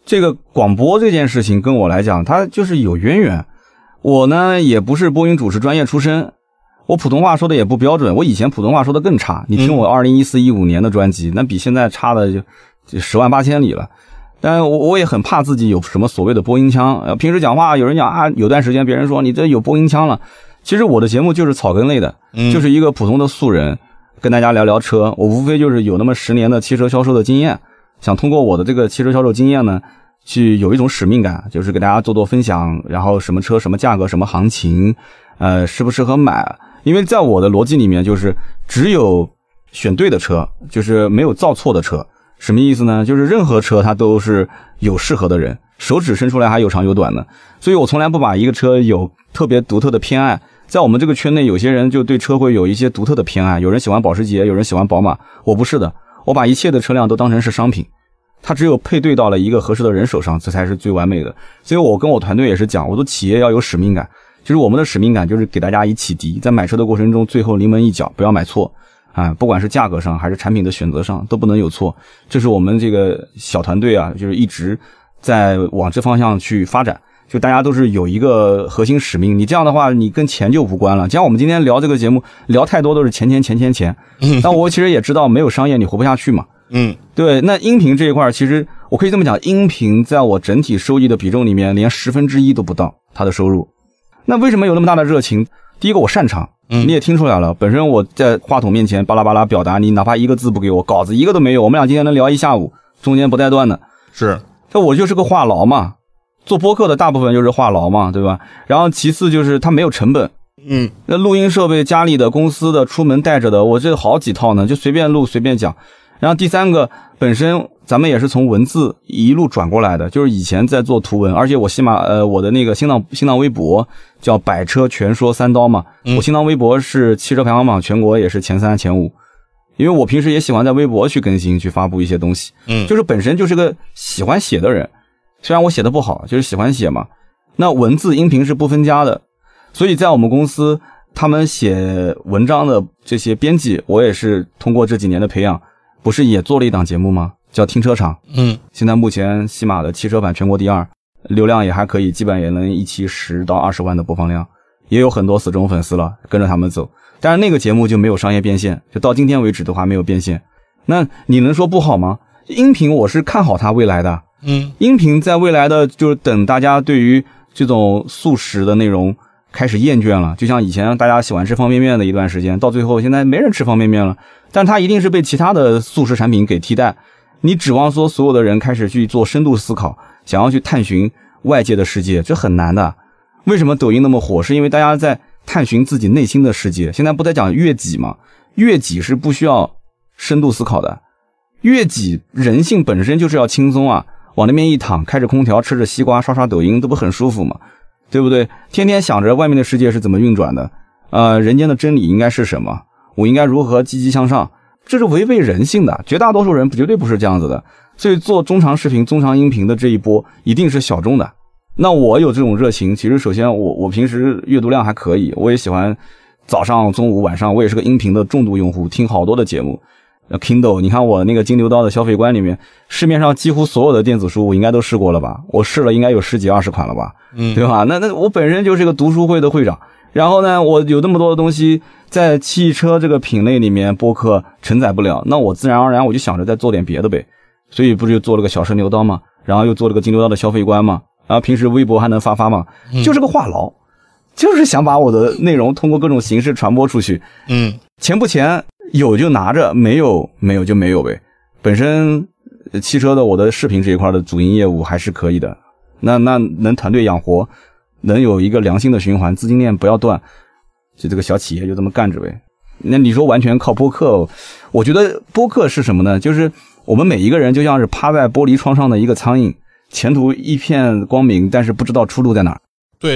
[SPEAKER 2] 这个广播这件事情跟我来讲，它就是有渊源。我呢也不是播音主持专业出身，我普通话说的也不标准，我以前普通话说的更差。你听我2014-15年的专辑，那比现在差的就10万8千里了。但我也很怕自己有什么所谓的播音腔。平时讲话有人讲啊，有段时间别人说你这有播音腔了。其实我的节目就是草根类的，就是一个普通的素人，跟大家聊聊车。我无非就是有那么10年的汽车销售的经验，想通过我的这个汽车销售经验呢，去有一种使命感，就是给大家做分享，然后什么车什么价格什么行情，适不适合买。因为在我的逻辑里面，就是只有选对的车，就是没有造错的车。什么意思呢？就是任何车它都是有适合的人，手指伸出来还有长有短的。所以我从来不把一个车有特别独特的偏爱。在我们这个圈内，有些人就对车会有一些独特的偏爱，有人喜欢保时捷，有人喜欢宝马。我不是的，我把一切的车辆都当成是商品，它只有配对到了一个合适的人手上，这才是最完美的。所以我跟我团队也是讲，我说企业要有使命感。其实我们的使命感就是给大家以启迪，在买车的过程中，最后临门一脚，不要买错啊！不管是价格上还是产品的选择上，都不能有错。这是我们这个小团队啊，就是一直在往这方向去发展。就大家都是有一个核心使命，你这样的话，你跟钱就无关了。像我们今天聊这个节目，聊太多都是钱。但我其实也知道，没有商业你活不下去嘛。对。那音频这一块，其实我可以这么讲，音频在我整体收益的比重里面，连1/10都不到它的收入。那为什么有那么大的热情？第一个我擅长，你也听出来了，本身我在话筒面前巴拉巴拉表达，你哪怕一个字不给我，稿子一个都没有，我们俩今天能聊一下午，中间不带断的。
[SPEAKER 1] 是，
[SPEAKER 2] 这我就是个话痨嘛，做播客的大部分就是话痨嘛，对吧？然后其次就是它没有成本，那录音设备家里的、公司的、出门带着的，我这好几套呢，就随便录随便讲。然后第三个，本身咱们也是从文字一路转过来的，就是以前在做图文，而且我我的那个新浪微博叫百车全说3刀嘛，我新浪微博是汽车排行榜全国也是前3前5，因为我平时也喜欢在微博去更新去发布一些东西，就是本身就是个喜欢写的人，虽然我写的不好，就是喜欢写嘛。那文字音频是不分家的，所以在我们公司他们写文章的这些编辑，我也是通过这几年的培养，不是也做了一档节目吗？叫听车场。现在目前喜马的汽车版全国第2，流量也还可以，基本也能一期10到20万的播放量，也有很多死忠粉丝了，跟着他们走。但是那个节目就没有商业变现，就到今天为止的话没有变现。那你能说不好吗？音频我是看好它未来的。音频在未来的就是等大家对于这种速食的内容开始厌倦了，就像以前大家喜欢吃方便面的一段时间，到最后现在没人吃方便面了，但它一定是被其他的速食产品给替代。你指望说所有的人开始去做深度思考，想要去探寻外界的世界，这很难的。为什么抖音那么火？是因为大家在探寻自己内心的世界。现在不在讲悦己吗？悦己是不需要深度思考的，悦己人性本身就是要轻松啊，往那边一躺，开着空调，吃着西瓜，刷刷抖音，都不很舒服吗？对不对？天天想着外面的世界是怎么运转的，人间的真理应该是什么，我应该如何积极向上，这是违背人性的，绝大多数人绝对不是这样子的。所以做中长视频、中长音频的这一波一定是小众的。那我有这种热情，其实首先我平时阅读量还可以，我也喜欢早上、中午、晚上，我也是个音频的重度用户，听好多的节目。Kindle， 你看我那个金牛刀的消费观里面，市面上几乎所有的电子书我应该都试过了吧？我试了应该有10几20款了吧？对吧？那我本身就是个读书会的会长，然后呢，我有那么多的东西在汽车这个品类里面播客承载不了，那我自然而然我就想着再做点别的呗。所以不是就做了个小试牛刀嘛，然后又做了个金牛刀的消费观嘛，然后平时微博还能发嘛，就是个话痨，就是想把我的内容通过各种形式传播出去。钱不钱有就拿着，没有就没有呗。本身汽车的我的视频这一块的主营业务还是可以的，那能团队养活，能有一个良性的循环，资金链不要断，就这个小企业就这么干着呗。那你说完全靠播客，我觉得播客是什么呢？就是我们每一个人就像是趴在玻璃窗上的一个苍蝇，前途一片光明，但是不知道出路在哪儿。
[SPEAKER 1] 对，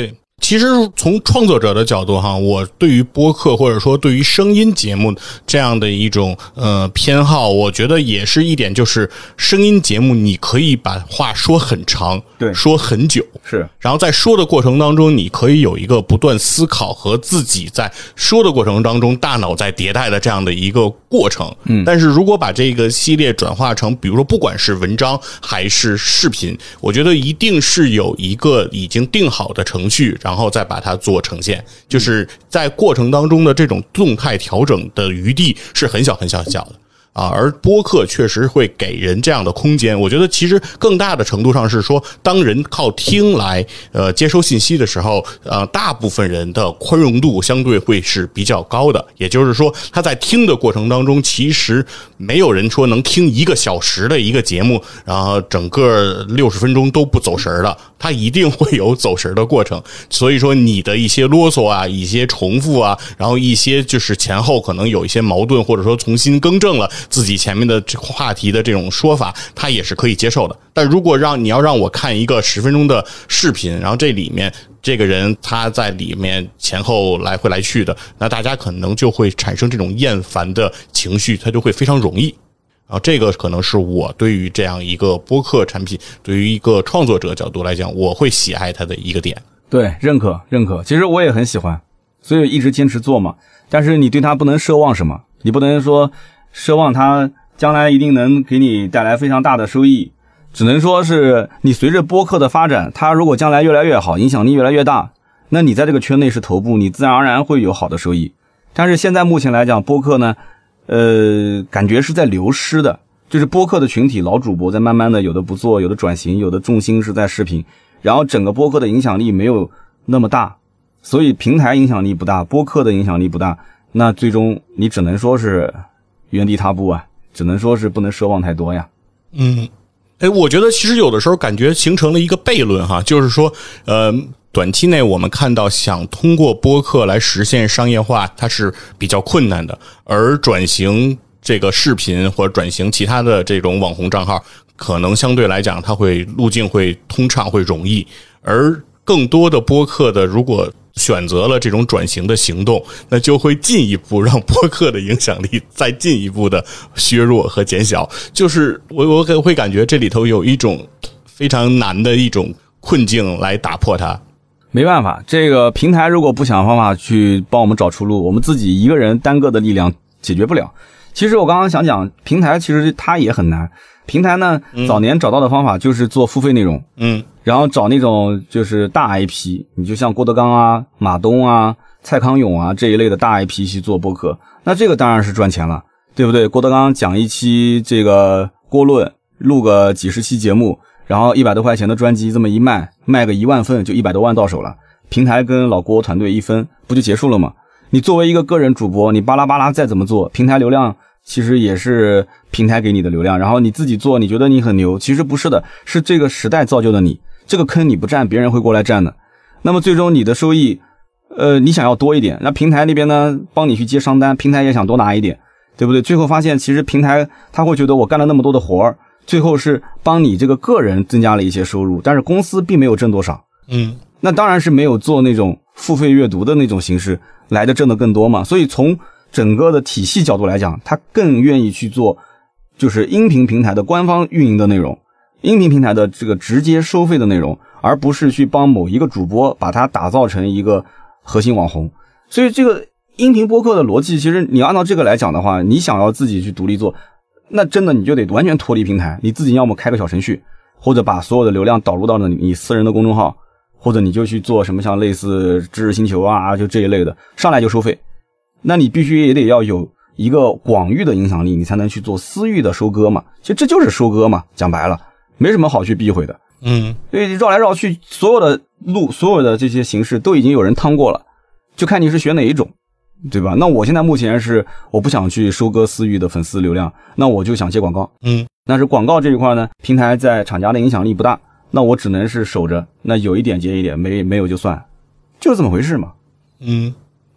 [SPEAKER 1] 其实从创作者的角度哈，我对于播客或者说对于声音节目这样的一种偏好，我觉得也是一点，就是声音节目你可以把话说很长，
[SPEAKER 2] 对，
[SPEAKER 1] 说很久，
[SPEAKER 2] 是，
[SPEAKER 1] 然后在说的过程当中，你可以有一个不断思考和自己在说的过程当中大脑在迭代的这样的一个过程。但是如果把这个系列转化成，比如说不管是文章还是视频，我觉得一定是有一个已经定好的程序，然后再把它做呈现，就是在过程当中的这种动态调整的余地是很小很小很小的。而播客确实会给人这样的空间。我觉得其实更大的程度上是说，当人靠听来接收信息的时候，大部分人的宽容度相对会是比较高的。也就是说，他在听的过程当中，其实没有人说能听1个小时的一个节目，然后整个60分钟都不走神的，他一定会有走神的过程。所以说，你的一些啰嗦啊，一些重复啊，然后一些就是前后可能有一些矛盾，或者说重新更正了自己前面的话题的这种说法，他也是可以接受的。但如果你要让我看一个10分钟的视频，然后这里面这个人他在里面前后来回来去的，那大家可能就会产生这种厌烦的情绪，他就会非常容易。这个可能是我对于这样一个播客产品，对于一个创作者角度来讲，我会喜爱它的一个点。
[SPEAKER 2] 对，认可。其实我也很喜欢，所以一直坚持做嘛。但是你对它不能奢望什么，你不能说奢望它将来一定能给你带来非常大的收益，只能说是你随着播客的发展，它如果将来越来越好，影响力越来越大，那你在这个圈内是头部，你自然而然会有好的收益。但是现在目前来讲，播客呢感觉是在流失的，就是播客的群体老主播在慢慢的有的不做，有的转型，有的重心是在视频，然后整个播客的影响力没有那么大，所以平台影响力不大，播客的影响力不大，那最终你只能说是原地踏步啊，只能说是不能奢望太多呀。
[SPEAKER 1] 我觉得其实有的时候感觉形成了一个悖论哈，就是说短期内我们看到想通过播客来实现商业化，它是比较困难的，而转型这个视频或者转型其他的这种网红账号，可能相对来讲它会路径会通畅，会容易。而更多的播客的如果选择了这种转型的行动，那就会进一步让播客的影响力再进一步的削弱和减小。就是我会感觉这里头有一种非常难的一种困境来打破它。
[SPEAKER 2] 没办法，这个平台如果不想方法去帮我们找出路，我们自己一个人单个的力量解决不了。其实我刚刚想讲，平台其实它也很难。平台呢，早年找到的方法就是做付费内容，然后找那种就是大 IP， 你就像郭德纲啊、马东啊、蔡康永啊这一类的大 IP 去做播客，那这个当然是赚钱了，对不对？郭德纲讲一期这个郭论，录个几十期节目，然后100多块钱的专辑这么一卖个1万份，就100多万到手了。平台跟老郭团队一分，不就结束了吗？你作为一个个人主播，你巴拉巴拉再怎么做，平台流量其实也是平台给你的流量，然后你自己做，你觉得你很牛，其实不是的，是这个时代造就的你，这个坑你不占，别人会过来占的。那么最终你的收益，你想要多一点，那平台那边呢，帮你去接商单，平台也想多拿一点，对不对？最后发现其实平台他会觉得我干了那么多的活儿，最后是帮你这个个人增加了一些收入，但是公司并没有挣多少。那当然是没有做那种付费阅读的那种形式来的挣得更多嘛。所以从整个的体系角度来讲，他更愿意去做就是音频平台的官方运营的内容，音频平台的这个直接收费的内容，而不是去帮某一个主播把它打造成一个核心网红。所以这个音频播客的逻辑，其实你按照这个来讲的话，你想要自己去独立做，那真的你就得完全脱离平台，你自己要么开个小程序，或者把所有的流量导入到了你私人的公众号，或者你就去做什么像类似知识星球啊，就这一类的，上来就收费。那你必须也得要有一个广域的影响力，你才能去做私域的收割嘛。其实这就是收割嘛，讲白了没什么好去避讳的。所以绕来绕去，所有的路，所有的这些形式都已经有人趟过了，就看你是选哪一种，对吧？那我现在目前是我不想去收割私域的粉丝流量，那我就想接广告。但是广告这一块呢，平台在厂家的影响力不大，那我只能是守着，那有一点接一点，没有就算，就是这么回事嘛。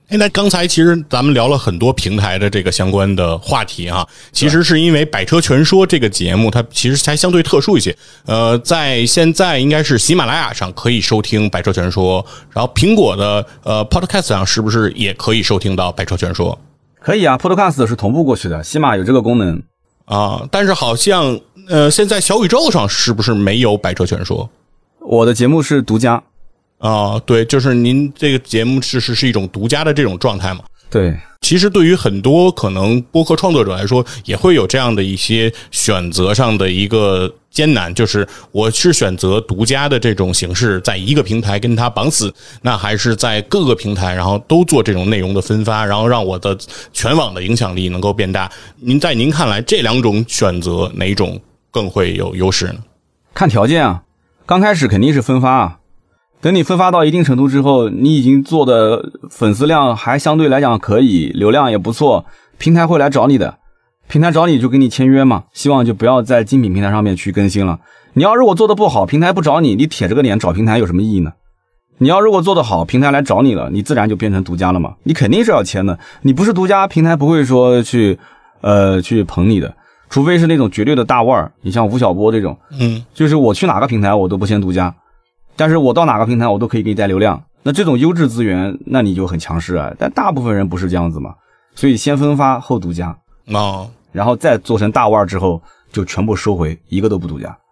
[SPEAKER 1] 那刚才其实咱们聊了很多平台的这个相关的话题啊，其实是因为百车全说这个节目它其实还相对特殊一些，在现在应该是喜马拉雅上可以收听百车全说，然后苹果的Podcast 上是不是也可以收听到百车全说？
[SPEAKER 2] 可以啊 ，Podcast 是同步过去的，喜马有这个功能
[SPEAKER 1] 啊，但是好像现在小宇宙上是不是没有百车全说？
[SPEAKER 2] 我的节目是独家。
[SPEAKER 1] 对，就是您这个节目是一种独家的这种状态嘛？
[SPEAKER 2] 对，
[SPEAKER 1] 其实对于很多可能播客创作者来说，也会有这样的一些选择上的一个艰难，就是我是选择独家的这种形式，在一个平台跟它绑死，那还是在各个平台然后都做这种内容的分发，然后让我的全网的影响力能够变大。在您看来，这两种选择哪一种更会有优势呢？
[SPEAKER 2] 看条件啊，刚开始肯定是分发啊。等你分发到一定程度之后，你已经做的粉丝量还相对来讲可以，流量也不错，平台会来找你的，平台找你就跟你签约嘛，希望就不要在精品平台上面去更新了。你要如果做的不好，平台不找你，你铁着个脸找平台有什么意义呢？你要如果做的好，平台来找你了，你自然就变成独家了嘛，你肯定是要签的，你不是独家，平台不会说去捧你的，除非是那种绝对的大腕儿，你像吴晓波这种，就是我去哪个平台我都不签独家。但是我到哪个平台我都可以给你带流量，那这种优质资源那你就很强势啊，但大部分人不是这样子嘛，所以先分发后独家然后再做成大腕之后就全部收回，一个都不独家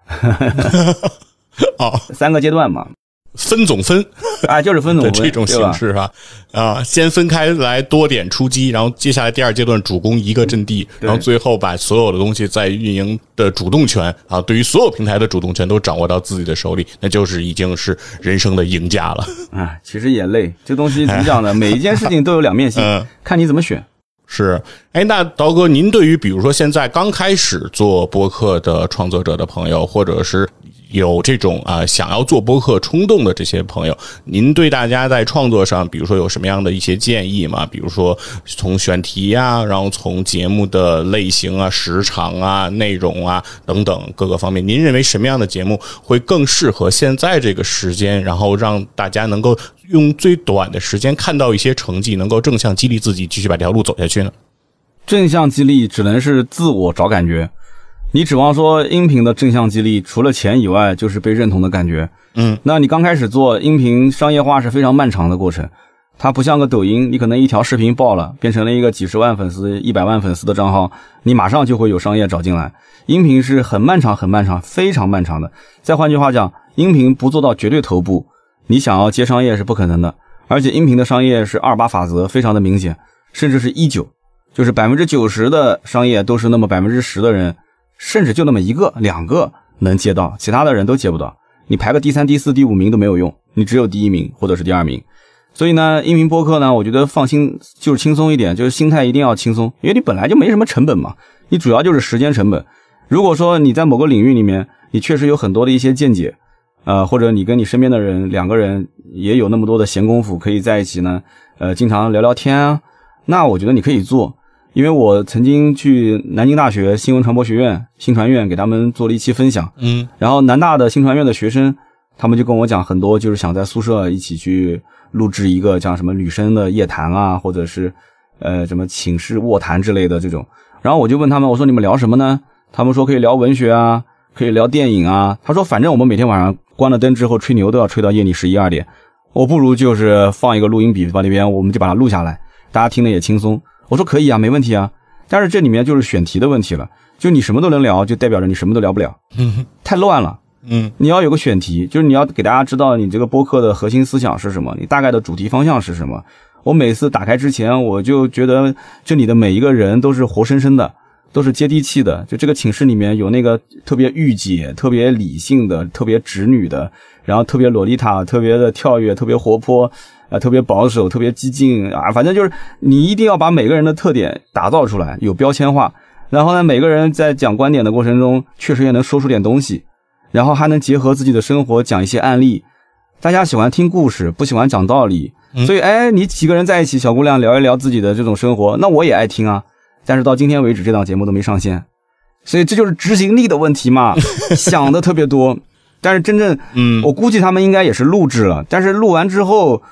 [SPEAKER 2] 3个阶段嘛，
[SPEAKER 1] 分总分
[SPEAKER 2] 就是分总分
[SPEAKER 1] 这种形式先分开来多点出击，然后接下来第二阶段主攻一个阵地，然后最后把所有的东西在运营的主动权对于所有平台的主动权都掌握到自己的手里，那就是已经是人生的赢家了
[SPEAKER 2] 其实也累，这东西怎么讲呢？每一件事情都有两面性看你怎么选。
[SPEAKER 1] 是，那刀哥，您对于比如说现在刚开始做播客的创作者的朋友，或者是有这种想要做播客冲动的这些朋友，您对大家在创作上比如说有什么样的一些建议吗？比如说从选题然后从节目的类型时长内容等等各个方面，您认为什么样的节目会更适合现在这个时间，然后让大家能够用最短的时间看到一些成绩，能够正向激励自己继续把这条路走下去呢？
[SPEAKER 2] 正向激励只能是自我找感觉，你指望说音频的正向激励除了钱以外就是被认同的感觉。那你刚开始做音频商业化是非常漫长的过程，它不像个抖音，你可能一条视频爆了变成了一个几十万粉丝100万粉丝的账号，你马上就会有商业找进来。音频是很漫长很漫长非常漫长的，再换句话讲，音频不做到绝对头部，你想要接商业是不可能的。而且音频的商业是28法则非常的明显，甚至是19，就是 90% 的商业都是那么 10% 的人，甚至就那么1个2个能接到，其他的人都接不到。你排个第3第4第5名都没有用，你只有第1名或者是第2名。所以呢，音频播客呢，我觉得放心，就是轻松一点，就是心态一定要轻松，因为你本来就没什么成本嘛，你主要就是时间成本。如果说你在某个领域里面你确实有很多的一些见解，或者你跟你身边的人2个人也有那么多的闲工夫可以在一起呢，经常聊聊天那我觉得你可以做。因为我曾经去南京大学新闻传播学院新传院给他们做了一期分享，然后南大的新传院的学生他们就跟我讲很多，就是想在宿舍一起去录制一个像什么女生的夜谈或者是什么寝室卧谈之类的这种。然后我就问他们，我说你们聊什么呢？他们说可以聊文学可以聊电影他说反正我们每天晚上关了灯之后吹牛都要吹到夜里11、12点，我不如就是放一个录音笔到那边，我们就把它录下来，大家听得也轻松。我说可以没问题但是这里面就是选题的问题了，就你什么都能聊就代表着你什么都聊不了，太乱了。你要有个选题，就是你要给大家知道你这个播客的核心思想是什么，你大概的主题方向是什么。我每次打开之前我就觉得这里的每一个人都是活生生的，都是接地气的，就这个寝室里面有那个特别御姐，特别理性的，特别直女的，然后特别洛丽塔，特别的跳跃，特别活泼特别保守，特别激进反正就是你一定要把每个人的特点打造出来，有标签化。然后呢，每个人在讲观点的过程中确实也能说出点东西，然后还能结合自己的生活讲一些案例。大家喜欢听故事，不喜欢讲道理，所以你几个人在一起，小姑娘聊一聊自己的这种生活，那我也爱听但是到今天为止这档节目都没上线，所以这就是执行力的问题嘛想的特别多，但是真正我估计他们应该也是录制了，但是录完之后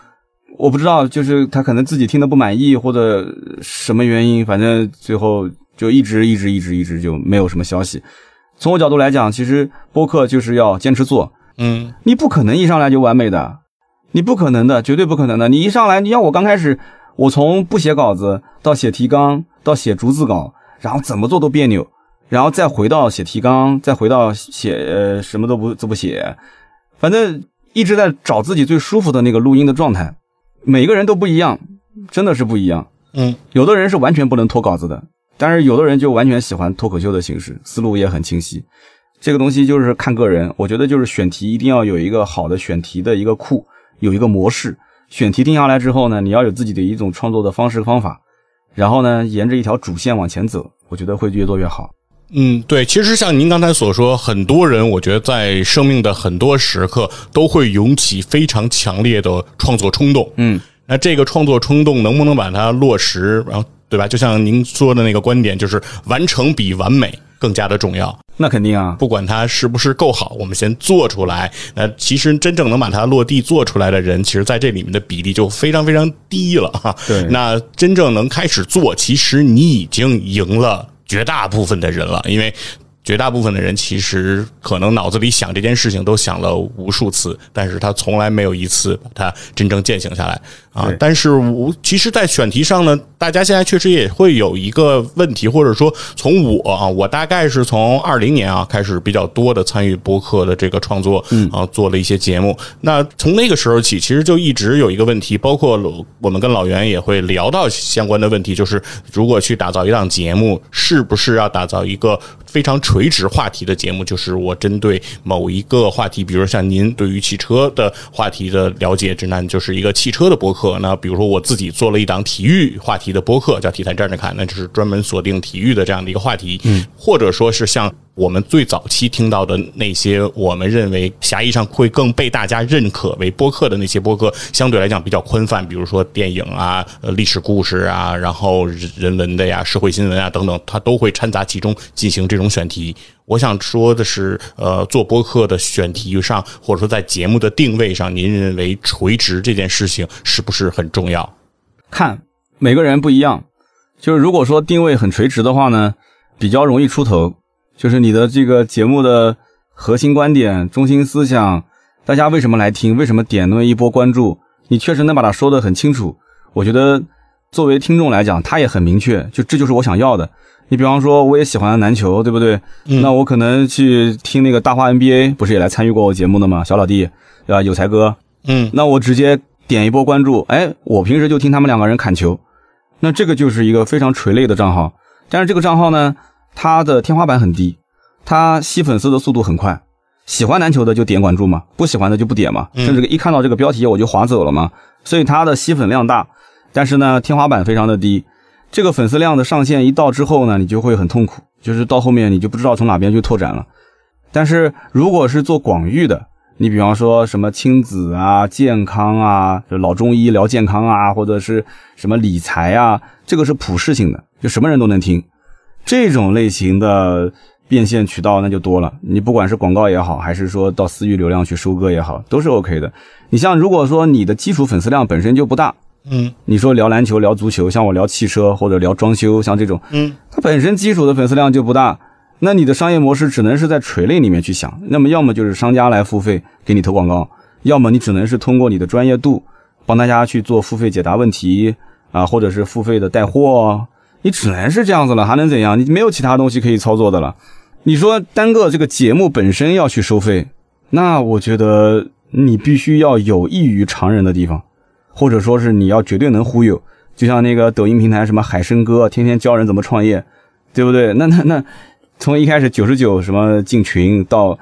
[SPEAKER 2] 我不知道，就是他可能自己听得不满意或者什么原因，反正最后就一直就没有什么消息。从我角度来讲，其实播客就是要坚持做。你不可能一上来就完美的，你不可能的，绝对不可能的。你一上来，你要我刚开始，我从不写稿子到写提纲，到写逐字稿，然后怎么做都别扭，然后再回到写提纲，再回到写什么都不写，反正一直在找自己最舒服的那个录音的状态。每个人都不一样，真的是不一样。有的人是完全不能脱稿子的，但是有的人就完全喜欢脱口秀的形式，思路也很清晰。这个东西就是看个人，我觉得就是选题一定要有一个好的选题的一个库，有一个模式。选题定下来之后呢，你要有自己的一种创作的方式方法，然后呢，沿着一条主线往前走，我觉得会越做越好。
[SPEAKER 1] 对，其实像您刚才所说，很多人我觉得在生命的很多时刻都会涌起非常强烈的创作冲动。那这个创作冲动能不能把它落实，然后对吧？就像您说的那个观点，就是完成比完美更加的重要。
[SPEAKER 2] 那肯定啊，
[SPEAKER 1] 不管它是不是够好，我们先做出来。那其实真正能把它落地做出来的人，其实在这里面的比例就非常非常低了哈。
[SPEAKER 2] 对，
[SPEAKER 1] 那真正能开始做，其实你已经赢了绝大部分的人了，因为绝大部分的人其实可能脑子里想这件事情都想了无数次，但是他从来没有一次把它真正践行下来啊。但是其实在选题上呢，大家现在确实也会有一个问题，或者说从我大概是从2020年开始比较多的参与播客的这个创作做了一些节目。那从那个时候起，其实就一直有一个问题，包括我们跟老袁也会聊到相关的问题，就是如果去打造一档节目，是不是要打造一个非常垂直话题的节目，就是我针对某一个话题，比如像您对于汽车的话题的了解，那就是一个汽车的播客。那比如说我自己做了一档体育话题的播客，叫体坛站着看，那就是专门锁定体育的这样的一个话题。或者说是像我们最早期听到的那些我们认为狭义上会更被大家认可为播客的那些播客，相对来讲比较宽泛，比如说电影啊、历史故事啊，然后人文的呀、社会新闻啊等等，它都会掺杂其中进行这种选题。我想说的是，做播客的选题上，或者说在节目的定位上，您认为垂直这件事情是不是很重要？
[SPEAKER 2] 看每个人不一样，就是如果说定位很垂直的话呢，比较容易出头。就是你的这个节目的核心观点、中心思想，大家为什么来听，为什么点那么一波关注，你确实能把它说得很清楚。我觉得作为听众来讲，他也很明确，就这就是我想要的。你比方说我也喜欢篮球，对不对？那我可能去听那个大话 NBA， 不是也来参与过我节目的吗？小老弟，对吧？有才哥。那我直接点一波关注，我平时就听他们两个人砍球，那这个就是一个非常垂类的账号。但是这个账号呢，它的天花板很低，它吸粉丝的速度很快，喜欢篮球的就点关注嘛，不喜欢的就不点嘛，甚至一看到这个标题我就划走了嘛，所以它的吸粉量大，但是呢天花板非常的低。这个粉丝量的上限一到之后呢，你就会很痛苦，就是到后面你就不知道从哪边去拓展了。但是如果是做广域的，你比方说什么亲子啊、健康啊、老中医聊健康啊，或者是什么理财啊，这个是普适性的，就什么人都能听。这种类型的变现渠道那就多了，你不管是广告也好，还是说到私域流量去收割也好，都是 OK 的。你像如果说你的基础粉丝量本身就不大，你说聊篮球、聊足球，像我聊汽车或者聊装修，像这种，它本身基础的粉丝量就不大，那你的商业模式只能是在垂类里面去想，那么要么就是商家来付费给你投广告，要么你只能是通过你的专业度帮大家去做付费解答问题啊，或者是付费的带货，你只能是这样子了，还能怎样？你没有其他东西可以操作的了。你说单个这个节目本身要去收费，那我觉得你必须要有异于常人的地方，或者说是你要绝对能忽悠，就像那个抖音平台什么海参哥天天教人怎么创业，对不对？那从一开始99什么进群，到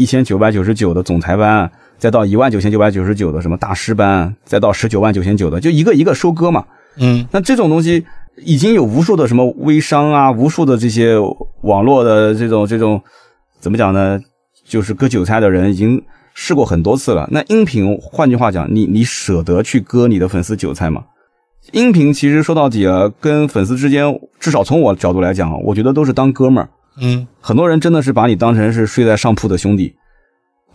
[SPEAKER 2] 1999的总裁班，再到19999的什么大师班，再到199900的，就一个一个收割嘛。那这种东西已经有无数的什么微商啊，无数的这些网络的这种怎么讲呢，就是割韭菜的人已经试过很多次了。那音频换句话讲，你舍得去割你的粉丝韭菜吗？音频其实说到底了，跟粉丝之间，至少从我角度来讲，我觉得都是当哥们儿。很多人真的是把你当成是睡在上铺的兄弟，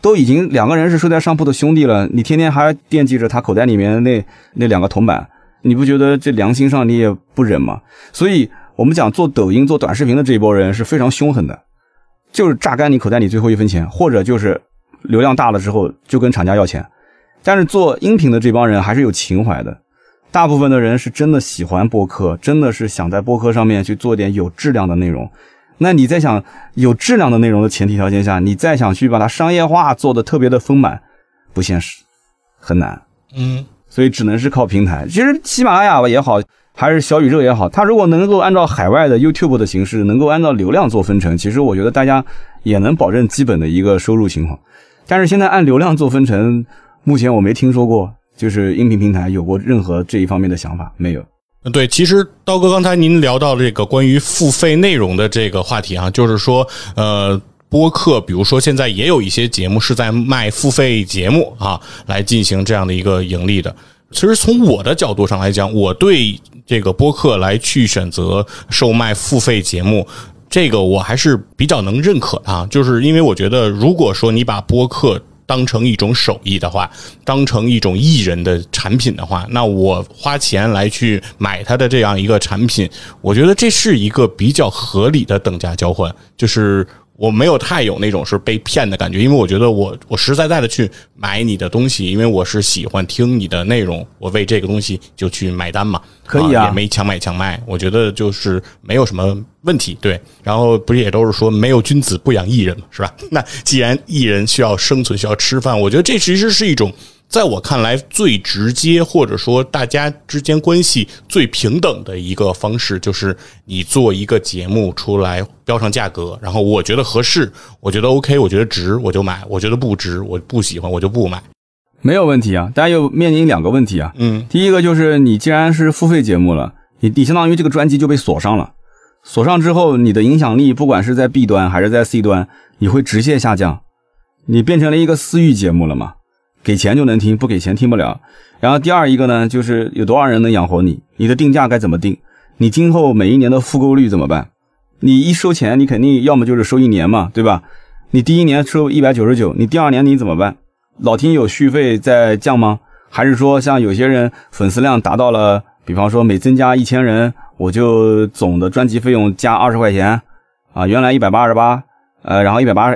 [SPEAKER 2] 都已经2个人是睡在上铺的兄弟了，你天天还惦记着他口袋里面那2个铜板，你不觉得这良心上你也不忍吗？所以我们讲做抖音做短视频的这一波人是非常凶狠的，就是榨干你口袋里最后1分钱，或者就是流量大了之后就跟厂家要钱。但是做音频的这帮人还是有情怀的，大部分的人是真的喜欢播客，真的是想在播客上面去做点有质量的内容。那你在想有质量的内容的前提条件下，你再想去把它商业化做得特别的丰满，不现实，很难。所以只能是靠平台。其实喜马拉雅也好，还是小宇宙也好，它如果能够按照海外的 YouTube 的形式，能够按照流量做分成，其实我觉得大家也能保证基本的一个收入情况。但是现在按流量做分成，目前我没听说过就是音频平台有过任何这一方面的想法，没有。
[SPEAKER 1] 对，其实刀哥刚才您聊到这个关于付费内容的这个话题啊，就是说播客比如说现在也有一些节目是在卖付费节目啊，来进行这样的一个盈利的。其实从我的角度上来讲，我对这个播客来去选择售卖付费节目，这个我还是比较能认可的啊，就是因为我觉得如果说你把播客当成一种手艺的话，当成一种艺人的产品的话，那我花钱来去买它的这样一个产品，我觉得这是一个比较合理的等价交换，就是我没有太有那种是被骗的感觉，因为我觉得我实实在在的去买你的东西，因为我是喜欢听你的内容，我为这个东西就去买单嘛，
[SPEAKER 2] 可以啊，
[SPEAKER 1] 也没强买强卖，我觉得就是没有什么问题。对，然后不是也都是说没有君子不养艺人嘛，是吧？那既然艺人需要生存需要吃饭，我觉得这其实是一种在我看来最直接，或者说大家之间关系最平等的一个方式，就是你做一个节目出来标上价格，然后我觉得合适，我觉得 OK， 我觉得值我就买，我觉得不值我不喜欢我就不买，
[SPEAKER 2] 没有问题啊。大家又面临2个问题啊。第一个就是你既然是付费节目了，你相当于这个专辑就被锁上了，锁上之后你的影响力不管是在 B 端还是在 C 端，你会直线下降，你变成了一个私域节目了嘛，给钱就能听，不给钱听不了。然后第二一个呢，就是有多少人能养活你，你的定价该怎么定，你今后每一年的复购率怎么办。你一收钱你肯定要么就是收1年嘛，对吧？你第1年收199，你第2年你怎么办？老听有续费在降吗？还是说像有些人粉丝量达到了，比方说每增加1000人我就总的专辑费用加20块钱啊，原来188然后188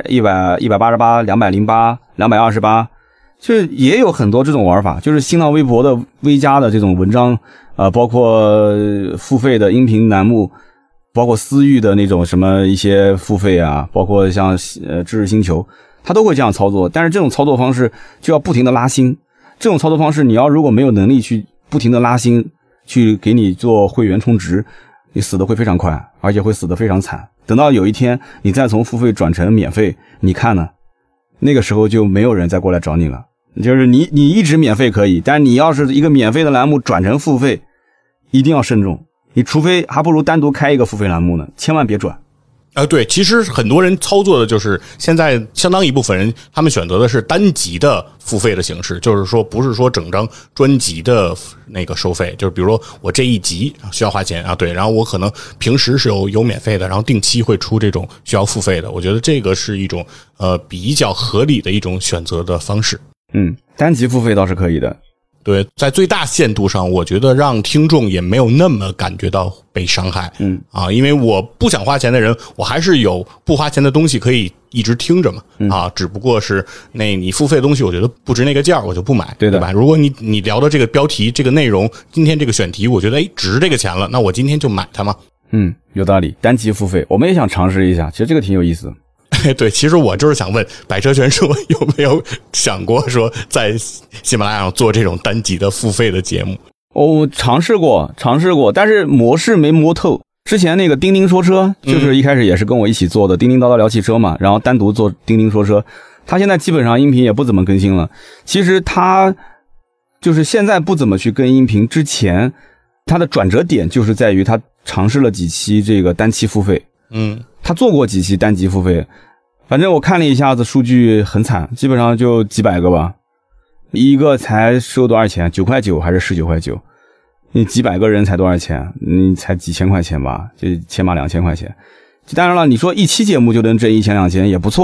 [SPEAKER 2] 208 228就也有很多这种玩法，就是新浪微博的微加的这种文章包括付费的音频栏目，包括私域的那种什么一些付费啊，包括像知识星球，他都会这样操作。但是这种操作方式就要不停的拉新，这种操作方式你要如果没有能力去不停的拉新，去给你做会员充值，你死的会非常快，而且会死得非常惨。等到有一天你再从付费转成免费，你看呢，那个时候就没有人再过来找你了。就是你一直免费可以，但是你要是一个免费的栏目转成付费，一定要慎重，你除非还不如单独开一个付费栏目呢，千万别转。
[SPEAKER 1] 对，其实很多人操作的就是现在相当一部分人他们选择的是单集的付费的形式，就是说不是说整张专辑的那个收费，就是比如说我这一集需要花钱啊，对，然后我可能平时是有免费的，然后定期会出这种需要付费的，我觉得这个是一种比较合理的一种选择的方式。
[SPEAKER 2] 单集付费倒是可以的。
[SPEAKER 1] 对，在最大限度上，我觉得让听众也没有那么感觉到被伤害。因为我不想花钱的人，我还是有不花钱的东西可以一直听着嘛。只不过是你付费的东西，我觉得不值那个价，我就不买，对吧？如果你聊的这个标题、这个内容，今天这个选题，我觉得值这个钱了，那我今天就买它嘛。
[SPEAKER 2] 有道理，单集付费，我们也想尝试一下，其实这个挺有意思的。
[SPEAKER 1] 对，其实我就是想问百车全说有没有想过说在喜马拉雅上做这种单集的付费的节目。
[SPEAKER 2] 尝试过，但是模式没摸透。之前那个钉钉说车就是一开始也是跟我一起做的，叮叮叨叨聊汽车嘛，然后单独做钉钉说车，他现在基本上音频也不怎么更新了。其实他就是现在不怎么去跟音频，之前他的转折点就是在于他尝试了几期这个单期付费。他做过几期单集付费，反正我看了一下子数据很惨，基本上就几百个吧，一个才收多少钱，9.9块还是19.9块，你几百个人才多少钱，你才几千块钱吧，就1000把2000块钱。当然了，你说一期节目就能挣1000-2000也不错，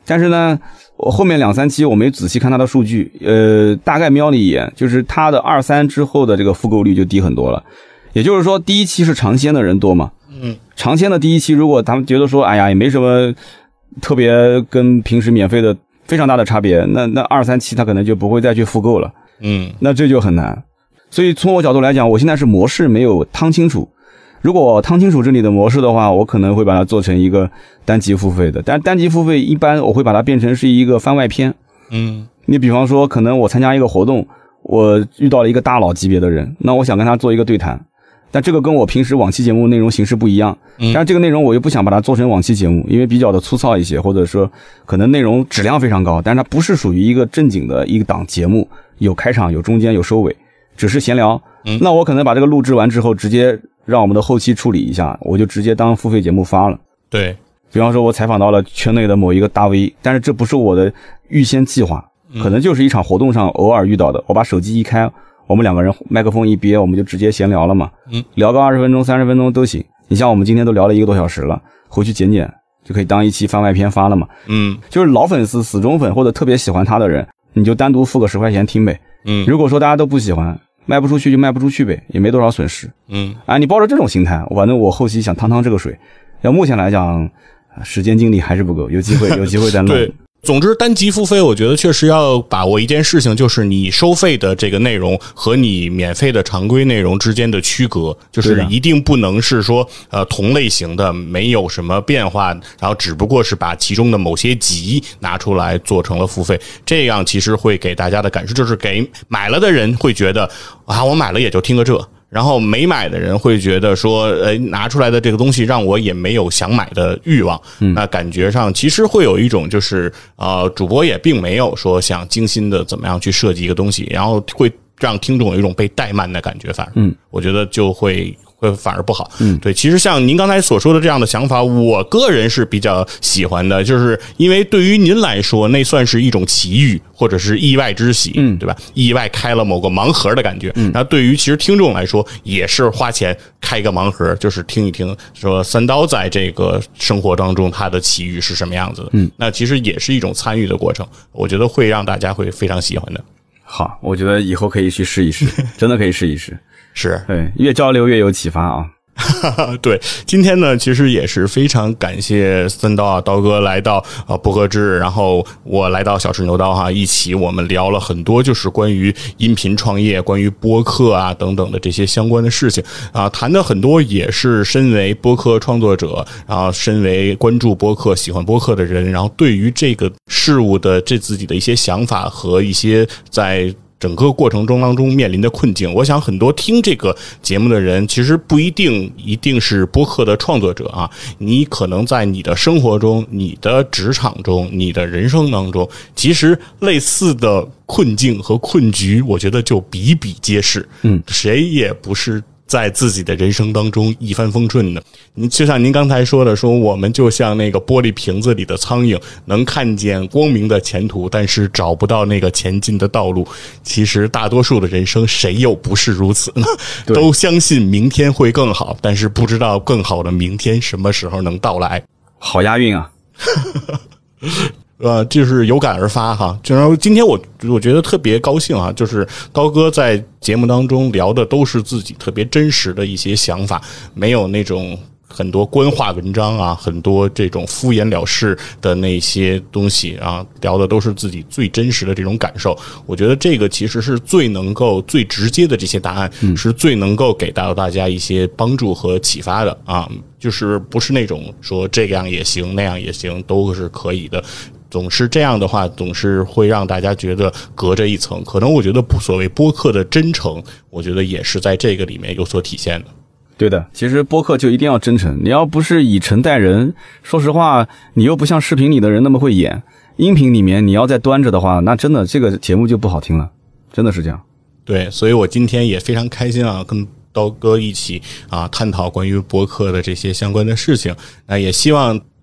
[SPEAKER 2] 但是呢，我后面2-3期我没仔细看它的数据，大概瞄了一眼，就是它的2、3之后的这个复购率就低很多了。也就是说，第一期是尝鲜的人多嘛？尝鲜的第一期，如果他们觉得说，哎呀，也没什么特别跟平时免费的非常大的差别，那2、3期他可能就不会再去复购了。那这就很难。所以从我角度来讲，我现在是模式没有趟清楚。如果我趟清楚这里的模式的话，我可能会把它做成一个单集付费的，但单集付费一般我会把它变成是一个番外篇。你比方说，可能我参加一个活动，我遇到了一个大佬级别的人，那我想跟他做一个对谈，但这个跟我平时往期节目内容形式不一样，但是这个内容我又不想把它做成往期节目，因为比较的粗糙一些，或者说可能内容质量非常高，但是它不是属于一个正经的一档节目，有开场有中间有收尾，只是闲聊。那我可能把这个录制完之后直接让我们的后期处理一下，我就直接当付费节目发了。
[SPEAKER 1] 对，
[SPEAKER 2] 比方说我采访到了圈内的某一个大 V， 但是这不是我的预先计划，可能就是一场活动上偶尔遇到的，我把手机一开，我们2个人麦克风一憋，我们就直接闲聊了嘛。聊个20分钟30分钟都行。你像我们今天都聊了1个多小时了，回去剪剪就可以当一期番外篇发了嘛。就是老粉丝死忠粉或者特别喜欢他的人，你就单独付个10块钱听呗。如果说大家都不喜欢，卖不出去就卖不出去呗，也没多少损失。你抱着这种心态，反正我后期想趟这个水，要目前来讲时间精力还是不够，有机会再弄。
[SPEAKER 1] 对，总之单集付费我觉得确实要把握一件事情，就是你收费的这个内容和你免费的常规内容之间的区隔，就是一定不能是说同类型的没有什么变化，然后只不过是把其中的某些集拿出来做成了付费，这样其实会给大家的感受就是给买了的人会觉得啊，我买了也就听个这，然后没买的人会觉得说拿出来的这个东西让我也没有想买的欲望。那感觉上其实会有一种就是主播也并没有说想精心的怎么样去设计一个东西，然后会让听众有一种被怠慢的感觉，反正我觉得就会反而不好。对，其实像您刚才所说的这样的想法，我个人是比较喜欢的，就是因为对于您来说，那算是一种奇遇或者是意外之喜，对吧？意外开了某个盲盒的感觉。然后对于其实听众来说，也是花钱开一个盲盒，就是听一听说三刀在这个生活当中他的奇遇是什么样子的。那其实也是一种参与的过程，我觉得会让大家会非常喜欢的。
[SPEAKER 2] 好，我觉得以后可以去试一试，真的可以试一试。
[SPEAKER 1] 是，
[SPEAKER 2] 对，越交流越有启发啊。
[SPEAKER 1] 对，今天呢，其实也是非常感谢三刀啊，刀哥来到播客志，然后我来到小试牛刀哈，一起我们聊了很多，就是关于音频创业、关于播客啊等等的这些相关的事情啊，谈的很多也是身为播客创作者，然后身为关注播客、喜欢播客的人，然后对于这个事物的自己的一些想法和一些在整个过程中当中面临的困境，我想很多听这个节目的人其实不一定是播客的创作者啊，你可能在你的生活中、你的职场中、你的人生当中，其实类似的困境和困局，我觉得就比比皆是。谁也不是在自己的人生当中一帆风顺的。就像您刚才说的，说我们就像那个玻璃瓶子里的苍蝇，能看见光明的前途，但是找不到那个前进的道路。其实大多数的人生，谁又不是如此呢？都相信明天会更好，但是不知道更好的明天什么时候能到来。
[SPEAKER 2] 好押韵啊！
[SPEAKER 1] 就是有感而发哈，然后今天我觉得特别高兴啊，就是刀哥在节目当中聊的都是自己特别真实的一些想法，没有那种很多官话文章啊，很多这种敷衍了事的那些东西啊，聊的都是自己最真实的这种感受。我觉得这个其实是最能够最直接的这些答案，是最能够给到大家一些帮助和启发的啊，就是不是那种说这样也行那样也行都是可以的。总是这样的话，总是会让大家觉得隔着一层。可能我觉得所谓播客的真诚，我觉得也是在这个里面有所体现的。
[SPEAKER 2] 对的，其实播客就一定要真诚，你要不是以诚待人，说实话，你又不像视频里的人那么会演，音频里面你要再端着的话，那真的这个节目就不好听了，真的是这样。
[SPEAKER 1] 对，所以我今天也非常开心啊，跟刀哥一起啊探讨关于播客的这些相关的事情。那也希望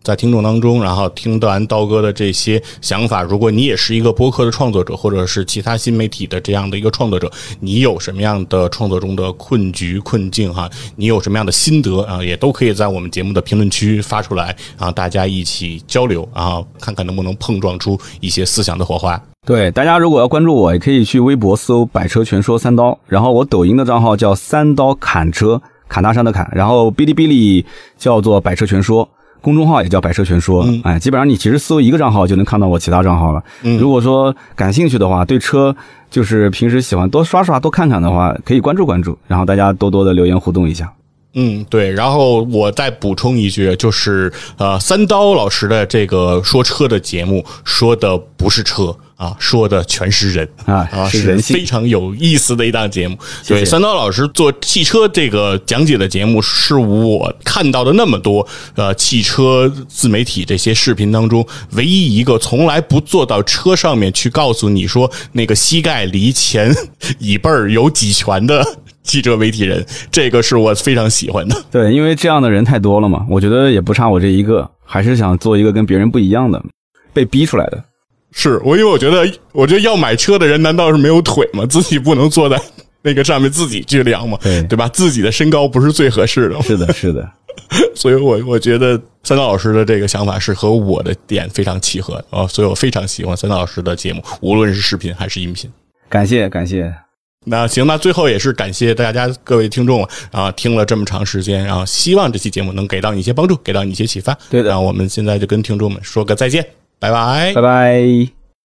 [SPEAKER 1] 在听众当中，然后听完刀哥的这些想法，如果你也是一个播客的创作者，或者是其他新媒体的这样的一个创作者，你有什么样的创作中的困局困境哈，你有什么样的心得啊，也都可以在我们节目的评论区发出来，然后大家一起交流，然后看看能不能碰撞出一些思想的火花。
[SPEAKER 2] 对，大家如果要关注我，也可以去微博搜百车全说三刀，然后我抖音的账号叫三刀砍车，砍大山的砍，然后哔哩哔哩叫做百车全说，公众号也叫百车全说。基本上你其实搜一个账号就能看到我其他账号了。如果说感兴趣的话，对车就是平时喜欢多刷刷多看看的话，可以关注关注，然后大家多多的留言互动一下。
[SPEAKER 1] 对，然后我再补充一句，就是三刀老师的这个说车的节目说的不是车啊，说的全是人
[SPEAKER 2] 是人性，
[SPEAKER 1] 非常有意思的一档节目。对，三刀老师做汽车这个讲解的节目，是我看到的那么多汽车自媒体这些视频当中，唯一一个从来不坐到车上面去告诉你说那个膝盖离前椅背有几拳的汽车媒体人，这个是我非常喜欢的。
[SPEAKER 2] 对，因为这样的人太多了嘛，我觉得也不差我这一个，还是想做一个跟别人不一样的，被逼出来的。
[SPEAKER 1] 是因为我觉得要买车的人难道是没有腿吗？自己不能坐在那个上面自己去量吗？对吧？自己的身高不是最合适的吗？
[SPEAKER 2] 是的，是的。
[SPEAKER 1] 所以我觉得三刀老师的这个想法是和我的点非常契合啊，所以我非常喜欢三刀老师的节目，无论是视频还是音频。
[SPEAKER 2] 感谢感谢。
[SPEAKER 1] 那行，那最后也是感谢大家各位听众了啊，听了这么长时间，然后希望这期节目能给到你一些帮助，给到你一些启发。
[SPEAKER 2] 对的，
[SPEAKER 1] 然后我们现在就跟听众们说个再见，拜拜，
[SPEAKER 2] 拜拜。